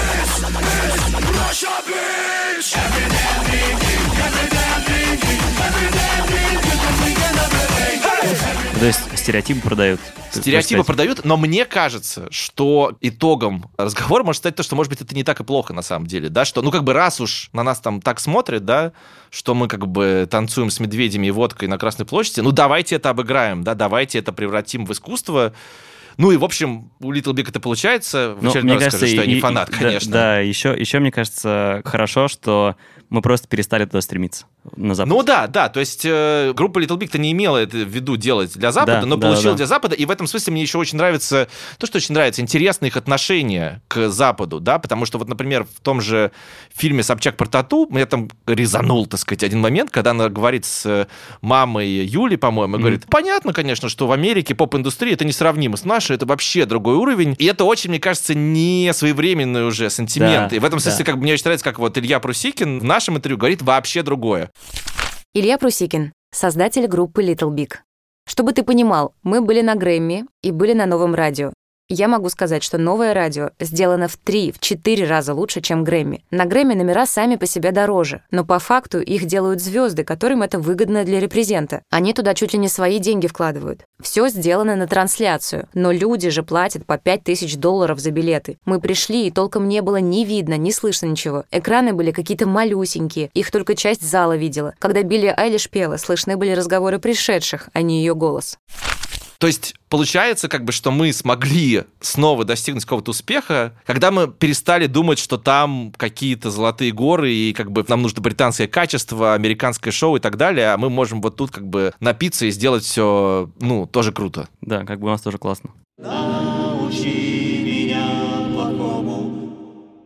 То есть стереотипы продают. Стереотипы продают, но мне кажется, что итогом разговора может стать то, что, может быть, это не так и плохо на самом деле, да, что, ну, как бы раз уж на нас там так смотрят, да, что мы как бы танцуем с медведями и водкой на Красной площади, ну, давайте это обыграем, да, давайте это превратим в искусство. Ну и, в общем, у Little Big это получается. В очередной раз скажу, что я не фанат, конечно. Да, да, еще, еще, мне кажется, хорошо, что мы просто перестали туда стремиться на Запад. Ну да, да, то есть э, группа Little Big-то не имела это в виду делать для Запада, да, но да, получила да. для Запада, и в этом смысле мне еще очень нравится, то, что очень нравится, интересное их отношение к Западу, да, потому что вот, например, в том же фильме «Собчак про тату» меня там резанул, так сказать, один момент, когда она говорит с мамой Юли, по-моему, и mm-hmm. говорит: понятно, конечно, что в Америке поп-индустрия это несравнимо с нашей, это вообще другой уровень, и это очень, мне кажется, не своевременный уже сантимент, да, и в этом смысле, да. как бы мне очень нравится, как вот Илья Прусикин в нашем интервью говорит вообще другое. Илья Прусикин, создатель группы Little Big. Чтобы ты понимал, мы были на Грэмми и были на новом радио. Я могу сказать, что новое радио сделано в три, в четыре раза лучше, чем Грэмми. На Грэмми номера сами по себе дороже, но по факту их делают звезды, которым это выгодно для репрезента. Они туда чуть ли не свои деньги вкладывают. Все сделано на трансляцию, но люди же платят по пять тысяч долларов за билеты. Мы пришли, и толком не было ни видно, ни слышно ничего. Экраны были какие-то малюсенькие, их только часть зала видела. Когда Билли Айлиш пела, слышны были разговоры пришедших, а не ее голос. То есть получается, как бы, что мы смогли снова достигнуть какого-то успеха, когда мы перестали думать, что там какие-то золотые горы, и как бы нам нужно британское качество, американское шоу и так далее, а мы можем вот тут как бы напиться и сделать все, ну, тоже круто. Да, как бы у нас тоже классно. Научи меня плохому.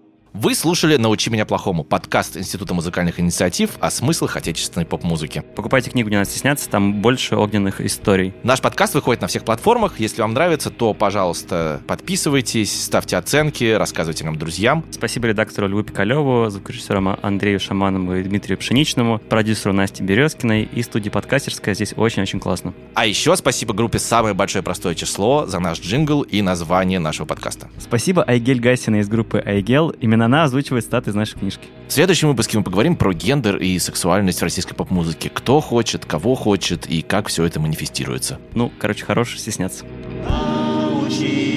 Вы слушали «Научи меня плохому» — подкаст Института музыкальных инициатив о смыслах отечественной поп-музыки. Покупайте книгу «Не надо стесняться», там больше огненных историй. Наш подкаст выходит на всех платформах. Если вам нравится, то, пожалуйста, подписывайтесь, ставьте оценки, рассказывайте нам друзьям. Спасибо редактору Льву Пикалеву, звукорежиссерам Андрею Шаманову и Дмитрию Пшеничному, продюсеру Насте Березкиной и студии «Подкастерская». Здесь очень-очень классно. А еще спасибо группе «Самое большое простое число» за наш джингл и название нашего подкаста. Спасибо Айгель Гасина из группы Айгел. Именно она озвучивает статы из нашей книжки. В следующем выпуске мы поговорим про гендер и сексуальность в российской поп-музыке. Кто хочет, кого хочет и как все это манифестируется. Ну, короче, хорош стесняться. Научи